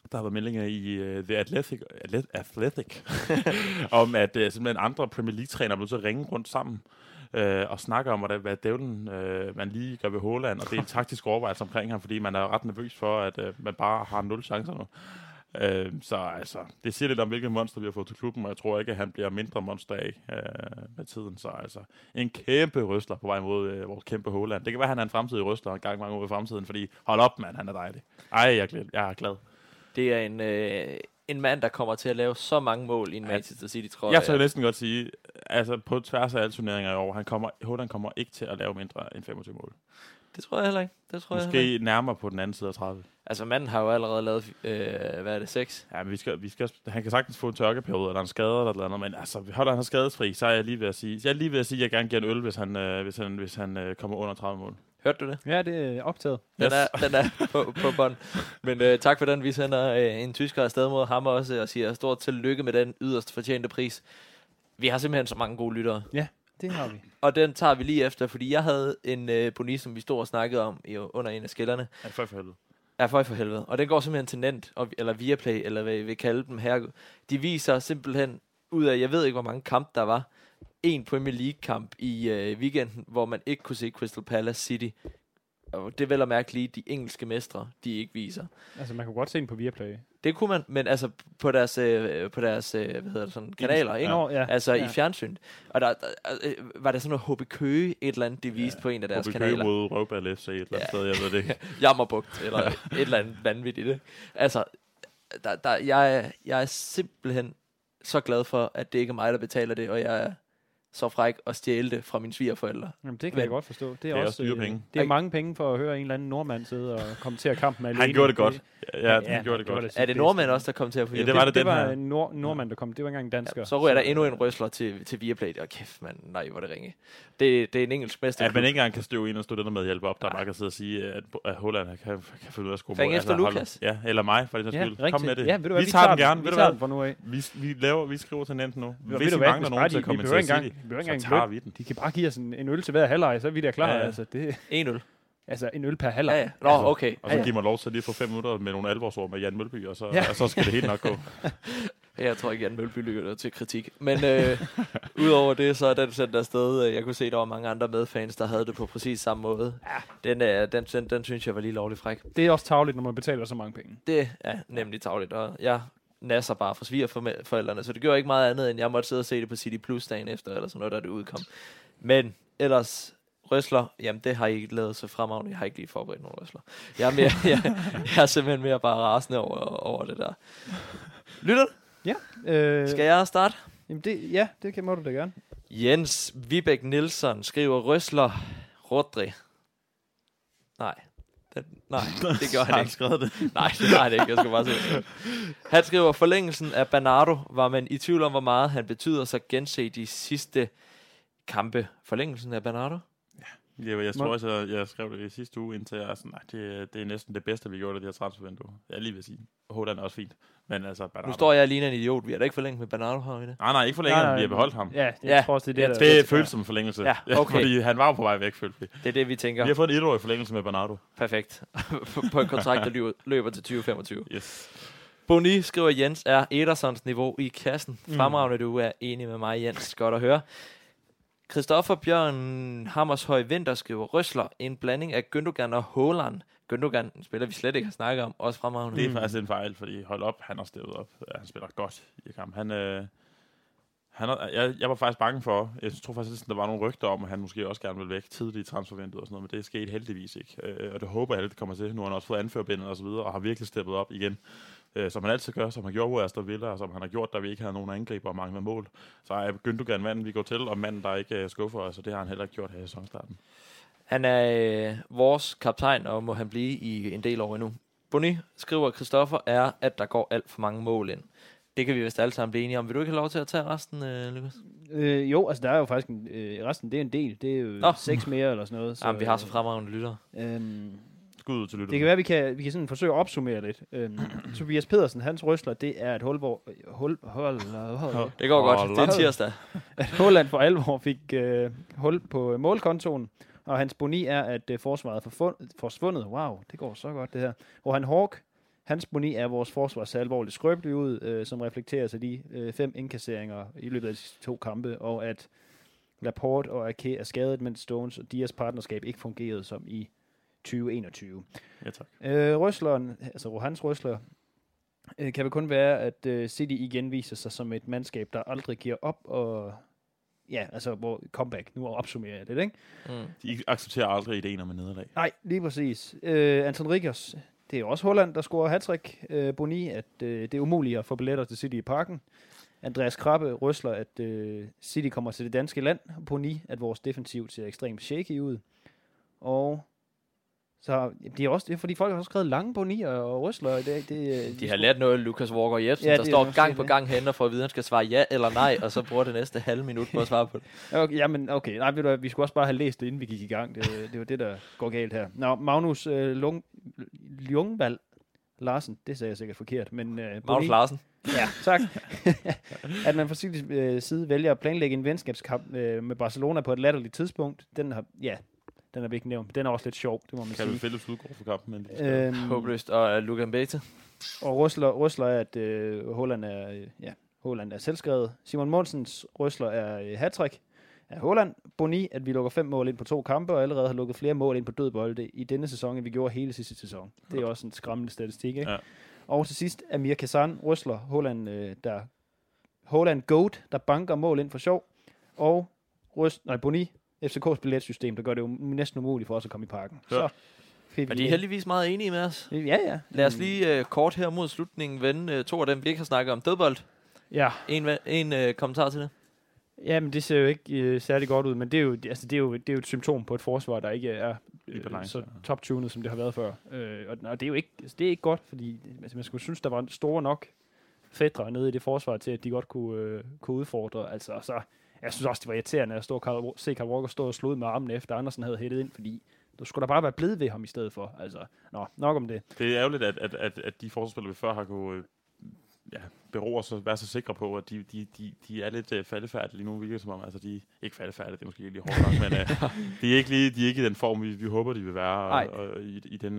Der har været meldinger i The Athletic om, at simpelthen andre Premier League-trænere er blevet til at ringe rundt sammen og snakke om, hvad dævlen man lige gør ved Haaland, og det er en taktisk overvejelse omkring ham, fordi man er ret nervøs for, at man bare har 0 chancer nu. Så altså, det siger lidt om, hvilket monster vi har fået til klubben, og jeg tror ikke, at han bliver mindre monster af med tiden. Så altså, en kæmpe røsler på vej mod vores kæmpe Haaland. Det kan være, at han er en fremtidig røsler en gang mange år i fremtiden, fordi hold op, mand, han er dejlig. Ej, jeg er glad. Det er en mand, der kommer til at lave så mange mål i en Manchester City, tror jeg. Jeg tør næsten godt sige, altså på tværs af alle turneringer i år, Haaland kommer ikke til at lave mindre end 25 mål. Det tror jeg heller ikke. Måske nærmere på den anden side af 30. Altså, manden har jo allerede lavet, hvad er det, 6? Ja, men han kan sagtens få en tørkeperiode, eller en skade eller noget andet, men altså, holder han skadesfri, så er jeg lige ved at sige, at jeg gerne giver en øl, hvis han kommer under 30 mål. Hørte du det? Ja, det er optaget. Den er på bånd. Men tak for den. Vi sender en tysker afsted mod ham også, og siger stort tillykke med den yderst fortjente pris. Vi har simpelthen så mange gode lyttere. Ja, det har vi. Og den tager vi lige efter, fordi jeg havde en boni, som vi stod og snakkede om under en af skillerne. Ja, for helvede. Ja, for helvede. Og den går simpelthen til Nent, eller Viaplay, eller hvad I vil kalde dem her. De viser simpelthen ud af, jeg ved ikke, hvor mange kampe der var, en Premier League-kamp i weekenden, hvor man ikke kunne se Crystal Palace City. Og det er vel at mærke lige de engelske mestre, de ikke viser. Altså, man kunne godt se den på Viaplay. Det kunne man, men altså på deres hvad hedder det, sådan, kanaler, ikke? Ja. Altså i fjernsyn. Og der var der sådan noget HB Køge, et eller andet, de viste på en af deres kanaler. HB Køge mod Røvball FC, et eller andet sted, jeg ved det ikke. Jammerbugt, eller et eller andet vanvittigt, det. Altså, jeg er simpelthen så glad for, at det ikke er mig, der betaler det, og jeg er så fræk at stjæle det fra mine svigerforældre. Jamen, det kan jeg godt forstå. Det er også dyre penge. Det er mange penge for at høre en eller anden nordmand sidde og kommentere kampen alene. Han gjorde det godt. Ja, han gjorde det godt. Er det nordmænd også, der kom til at få? Ja, det var en nordmand, der kom. Det var engang en dansker. Ja, så ryger der endnu en røsler til Viaplay. Og kæft, mand. Nej, hvor det ringe. Det er en engelsk mester. At man ikke engang kan støve en og studenter med at hjælpe op, der bare kan sidde og sige, at Holland kan finde ud af at skrue på. Fæng efter Lukas. Ja, eller mig, for det skyld. Kom med det. Ja, vi tager den gerne. Vi tager den fra nu af. Vi skriver til Nent nu. Hvis vi mangler nogen til at kommentere City, så tager vi den. De kan bare give os en øl til hver halvleg, så er vi der klar. Altså, det en øl. Altså en øl per halvleg. Ja. Nå, okay. Og så giver man lov til lige at få 5 minutter med nogle alvorsord med Jan Mølby, og så skal det helt nok gå. Jeg tror ikke, Jan Mølby lytter til kritik. Men udover det, så er den sendt afsted. Jeg kunne se, der var mange andre medfans, der havde det på præcis samme måde. Ja. Den synes jeg var lige lovligt fræk. Det er også tarveligt, når man betaler så mange penge. Det er nemlig tarveligt, og jeg nasser bare for svigerforældrene, så det gjorde ikke meget andet, end jeg måtte sidde og se det på City Plus dagen efter, eller sådan noget, der det udkom. Men ellers røsler, jamen det har I ikke lavet så fremragende. Jeg har ikke lige forberedt nogen røsler. Jeg er simpelthen mere bare rasende over det der. Lytter du? Ja. Skal jeg starte? Jamen det må du da gerne. Jens Vibæk Nielsen skriver røsler Rodri. Nej, det gør han ikke. Skrevet det. Nej, det har han ikke. Jeg skal bare se. Han skriver, forlængelsen af Bernardo var man i tvivl om, hvor meget han betyder, så gense de sidste kampe. Forlængelsen af Bernardo? Ja, jeg tror også, jeg skrev det i sidste uge, indtil jeg er sådan, det er næsten det bedste, vi gjorde i det her transfervindue. Jeg er lige ved at sige. Holland er også fint. Men altså, Bernardo. Nu står jeg lige en idiot. Vi har da ikke forlænget med Bernardo, har vi det? Nej, ikke forlænget. Vi har beholdt ham. Ja, jeg tror også, det føles som en forlængelse. Ja, okay. Fordi han var jo på vej væk, følte vi. Det er det, vi tænker. Vi har fået en 1-årig forlængelse med Bernardo. Perfekt. På en kontrakt, der løber til 2025. Yes. Boni skriver, Jens er Edersons niveau i kassen. Fremragende, du er enig med mig, Jens. Godt at høre. Christoffer Bjørn Hammershøj Vinter skriver røsler, en blanding af Gündogan og Haaland. Gündogan spiller vi slet ikke har snakket om, også fremragende. Det er faktisk en fejl, fordi hold op, han har steget op. Han spiller godt i kampen. Jeg var faktisk bange for, jeg tror faktisk, at der var nogle rygter om, at han måske også gerne vil væk tidligt i transfervinduet og sådan noget, men det skete heldigvis ikke. Og det håber jeg, at det kommer til. Nu har han også fået anførbindet og så videre, og har virkelig steppet op igen. Som han altid gør, som han gjorde, hvor Aston Villa, og som han har gjort, da vi ikke havde nogen angriber og mange mål. Så er Gündogan manden, vi går til, og manden, der ikke skuffer os, og det har han heller ikke gjort her i sæsonstarten. Han er vores kaptajn, og må han blive i en del år endnu. Boni skriver, Christoffer er, at der går alt for mange mål ind. Det kan vi vist alle sammen blive enige om. Vil du ikke have lov til at tage resten, Lukas? Jo, altså der er jo faktisk resten, det er en del. Det er jo 6 mere eller sådan noget. Så, jamen, vi har så fremragende lyttere. Skud til lytterne. Det kan være, vi kan sådan forsøge at opsummere lidt. Tobias Pedersen, hans røsler, det er et hul. Det går godt. Det er tirsdag. At Haaland for alvor fik hul på målkontoen, og hans boni er, at forsvaret er forsvundet. Wow, det går så godt det her. Og han Hawk, Hans Boni er vores forsvar så alvorligt skrøbeligt ud, som reflekterer sig de 5 indkasseringer i løbet af de 2 kampe, og at Laporte og Ake er skadet, mens Stones og Dias partnerskab ikke fungerede som i 2021. Ja, tak. Røsleren, altså Rohans Røsler, kan vel kun være, at City igen viser sig som et mandskab, der aldrig giver op, og ja, altså hvor comeback, nu opsummerer jeg det, ikke? De accepterer aldrig ideen om en nederlag. Nej, lige præcis. Anton Rickers, det er også Holland, der scorer hattrick. Boni, at det er umuligt at få billetter til City i parken. Andreas Krabbe røsler, at City kommer til det danske land. Boni, at vores defensiv ser ekstremt shaky ud. Og så det er fordi folk har også skrevet lange Boni og røsler i dag. De har lært noget af Lucas Walker Jebsen, der står gang på gang hen og får at vide, at han skal svare ja eller nej, og så bruger det næste halve minut på at svare på det. Okay, jamen okay. Nej, ved du, vi skulle også bare have læst det, inden vi gik i gang. Det var det, der går galt her. Nå, Magnus Ljungvald Larsen, det sagde jeg sikkert forkert, men Magnus Larsen. Ja, tak. At man fra sin side vælger at planlægge en venskabskamp med Barcelona på et latterligt tidspunkt, den har vi ikke nævnt. Den er også lidt sjov, det må man sige. Kan vi Philips udgå for kampen? Håbløst. Og Luka Mbete. Og røsler er, at Haaland er selvskrevet. Simon Monsens røsler er hattrick af Haaland. Boni, at vi lukker 5 mål ind på 2 kampe, og allerede har lukket flere mål ind på dødbolde i denne sæson, end vi gjorde hele sidste sæson. Det er også en skræmmende statistik, ikke? Ja. Og til sidst, Amir Kazan røsler Haaland GOAT, der banker mål ind for sjov. Og Boni, FCK's billetsystem, der gør det jo næsten umuligt for os at komme i parken. Ja. Så er de heldigvis meget enige med os? Ja. Lad os lige kort her mod slutningen vende 2 af dem, vi ikke har snakket om. Dødbold. Ja. En kommentar til det? Jamen, det ser jo ikke særlig godt ud, men det er jo et symptom på et forsvar, der ikke er så top-tunet, som det har været før. Og det er jo ikke, det er ikke godt, fordi man skulle synes, der var store nok fætre nede i det forsvar til, at de godt kunne udfordre. Altså, så jeg synes også, det var irriterende at se Kyle Walker stå og slå ud med armen efter Andersen havde hættet ind, fordi du skulle da bare være blevet ved ham i stedet for. Altså, nok om det. Det er ærgerligt, at de forsvarsspillere, vi før har kunnet bero os og være så sikre på, at de er lidt faldefærdige lige nu, hvilket som om, altså de er ikke faldefærdige, det er måske lige hårdt nok, men de er ikke i den form, vi håber, de vil være, og i den,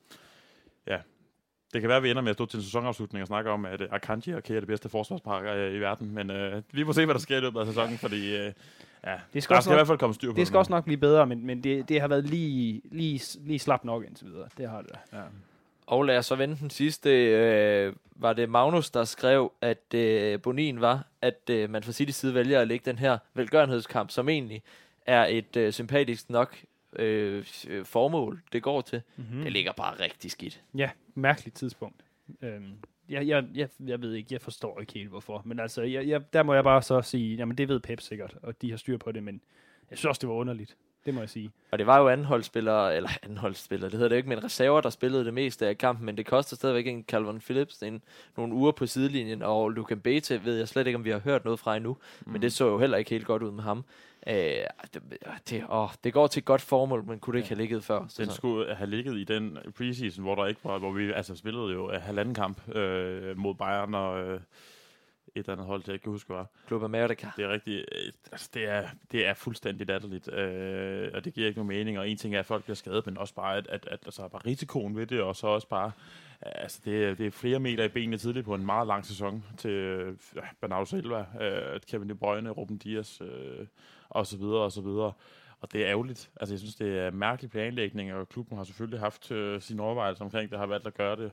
det kan være, at vi ender med at stå til en sæsonafslutning og snakke om, at Akanji og Kea er det bedste forsvarspakker i verden, men vi må se, hvad der sker i løbet af sæsonen, fordi det skal i hvert fald komme styr på det. Det skal også nok blive bedre, men det har været lige slap nok indtil videre. Det har det. Ja. Og lad os så vende den sidste. Var det Magnus, der skrev, at Bonin var, at man fra City side vælger at lægge den her velgørenhedskamp, som egentlig er et sympatisk nok formål, det går til. Mm-hmm. Det ligger bare rigtig skidt. Ja, mærkeligt tidspunkt. Jeg ved ikke, jeg forstår ikke helt hvorfor, men altså, der må jeg bare så sige, jamen det ved Pep sikkert, og de har styr på det, men jeg synes også, det var underligt. Det må jeg sige. Og det var jo andenholdsspillere, det hedder det ikke, men reserver, der spillede det meste af kampen, men det koster stadigvæk en Calvin Phillips nogle uger på sidelinjen, og Luka Mbete ved jeg slet ikke, om vi har hørt noget fra endnu, men det så jo heller ikke helt godt ud med ham. Det går til et godt formål, men kunne det ikke have ligget før? Den skulle have ligget i den preseason, hvor vi altså spillede jo halvanden kamp mod Bayern og et eller andet hold, jeg ikke kan huske, var. Club America. Det er rigtigt. Altså, det er fuldstændig latterligt, og det giver ikke nogen mening. Og en ting er, at folk bliver skadet, men også bare, at altså, bare risikoen ved det, og så også bare, altså, det er flere meter i benene tidligt på en meget lang sæson til Bernardo Silva, Kevin De Bruyne, Ruben Dias, og så videre, og så videre. Og det er ærgerligt. Altså, jeg synes, det er mærkelig planlægning, og klubben har selvfølgelig haft sine overvejelser omkring det, har valgt at gøre det.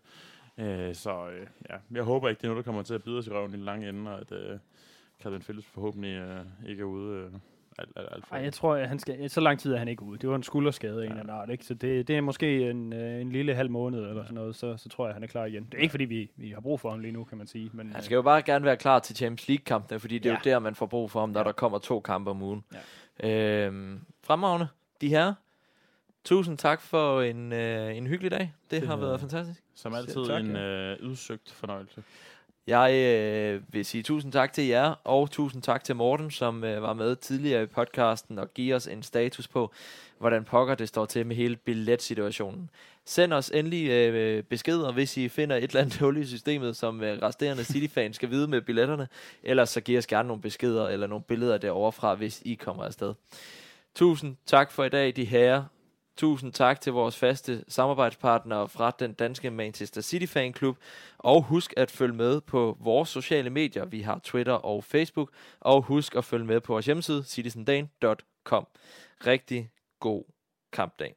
Jeg håber ikke, det er noget, der kommer til at bide os i røven i den lange ende, og at Calvin Phillips forhåbentlig ikke er ude alt for. Ej, jeg tror, at han skal, så lang tid er han ikke ude. Det var en skulderskade af en eller anden art, ikke? Så det er måske en lille halv måned eller sådan noget, så tror jeg, han er klar igen. Det er ikke, fordi vi har brug for ham lige nu, kan man sige. Men, han skal jo bare gerne være klar til Champions League-kampene, fordi det er jo der, man får brug for ham, når der kommer 2 kampe om ugen. Ja. Fremragende, de her. Tusind tak for en hyggelig dag. Det har været fantastisk. Som altid en udsøgt fornøjelse. Jeg vil sige tusind tak til jer, og tusind tak til Morten, som var med tidligere i podcasten og giver os en status på, hvordan pokker det står til med hele billetsituationen. Send os endelig beskeder, hvis I finder et eller andet hul i systemet, som resterende City-fans skal vide med billetterne. Ellers så giv os gerne nogle beskeder eller nogle billeder derovre fra, hvis I kommer afsted. Tusind tak for i dag, de herrer. Tusind tak til vores faste samarbejdspartnere fra den danske Manchester City Fanklub. Og husk at følge med på vores sociale medier. Vi har Twitter og Facebook. Og husk at følge med på vores hjemmeside, citizendane.com. Rigtig god kampdag.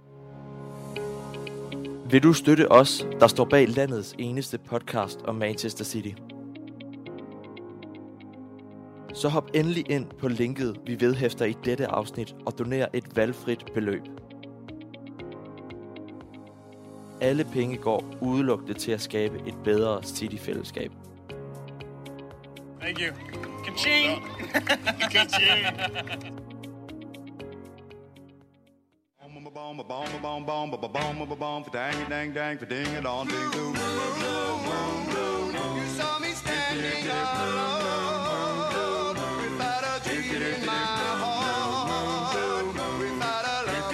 Vil du støtte os, der står bag landets eneste podcast om Manchester City? Så hop endelig ind på linket, vi vedhæfter i dette afsnit, og doner et valgfrit beløb. Alle penge går udelukkende til at skabe et bedre City-fællesskab. Thank you. Ka-ching! Ka-ching! You saw me standing alone without a dream in my heart, without a love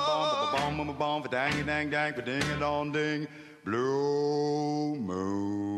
of my own. Blue moon.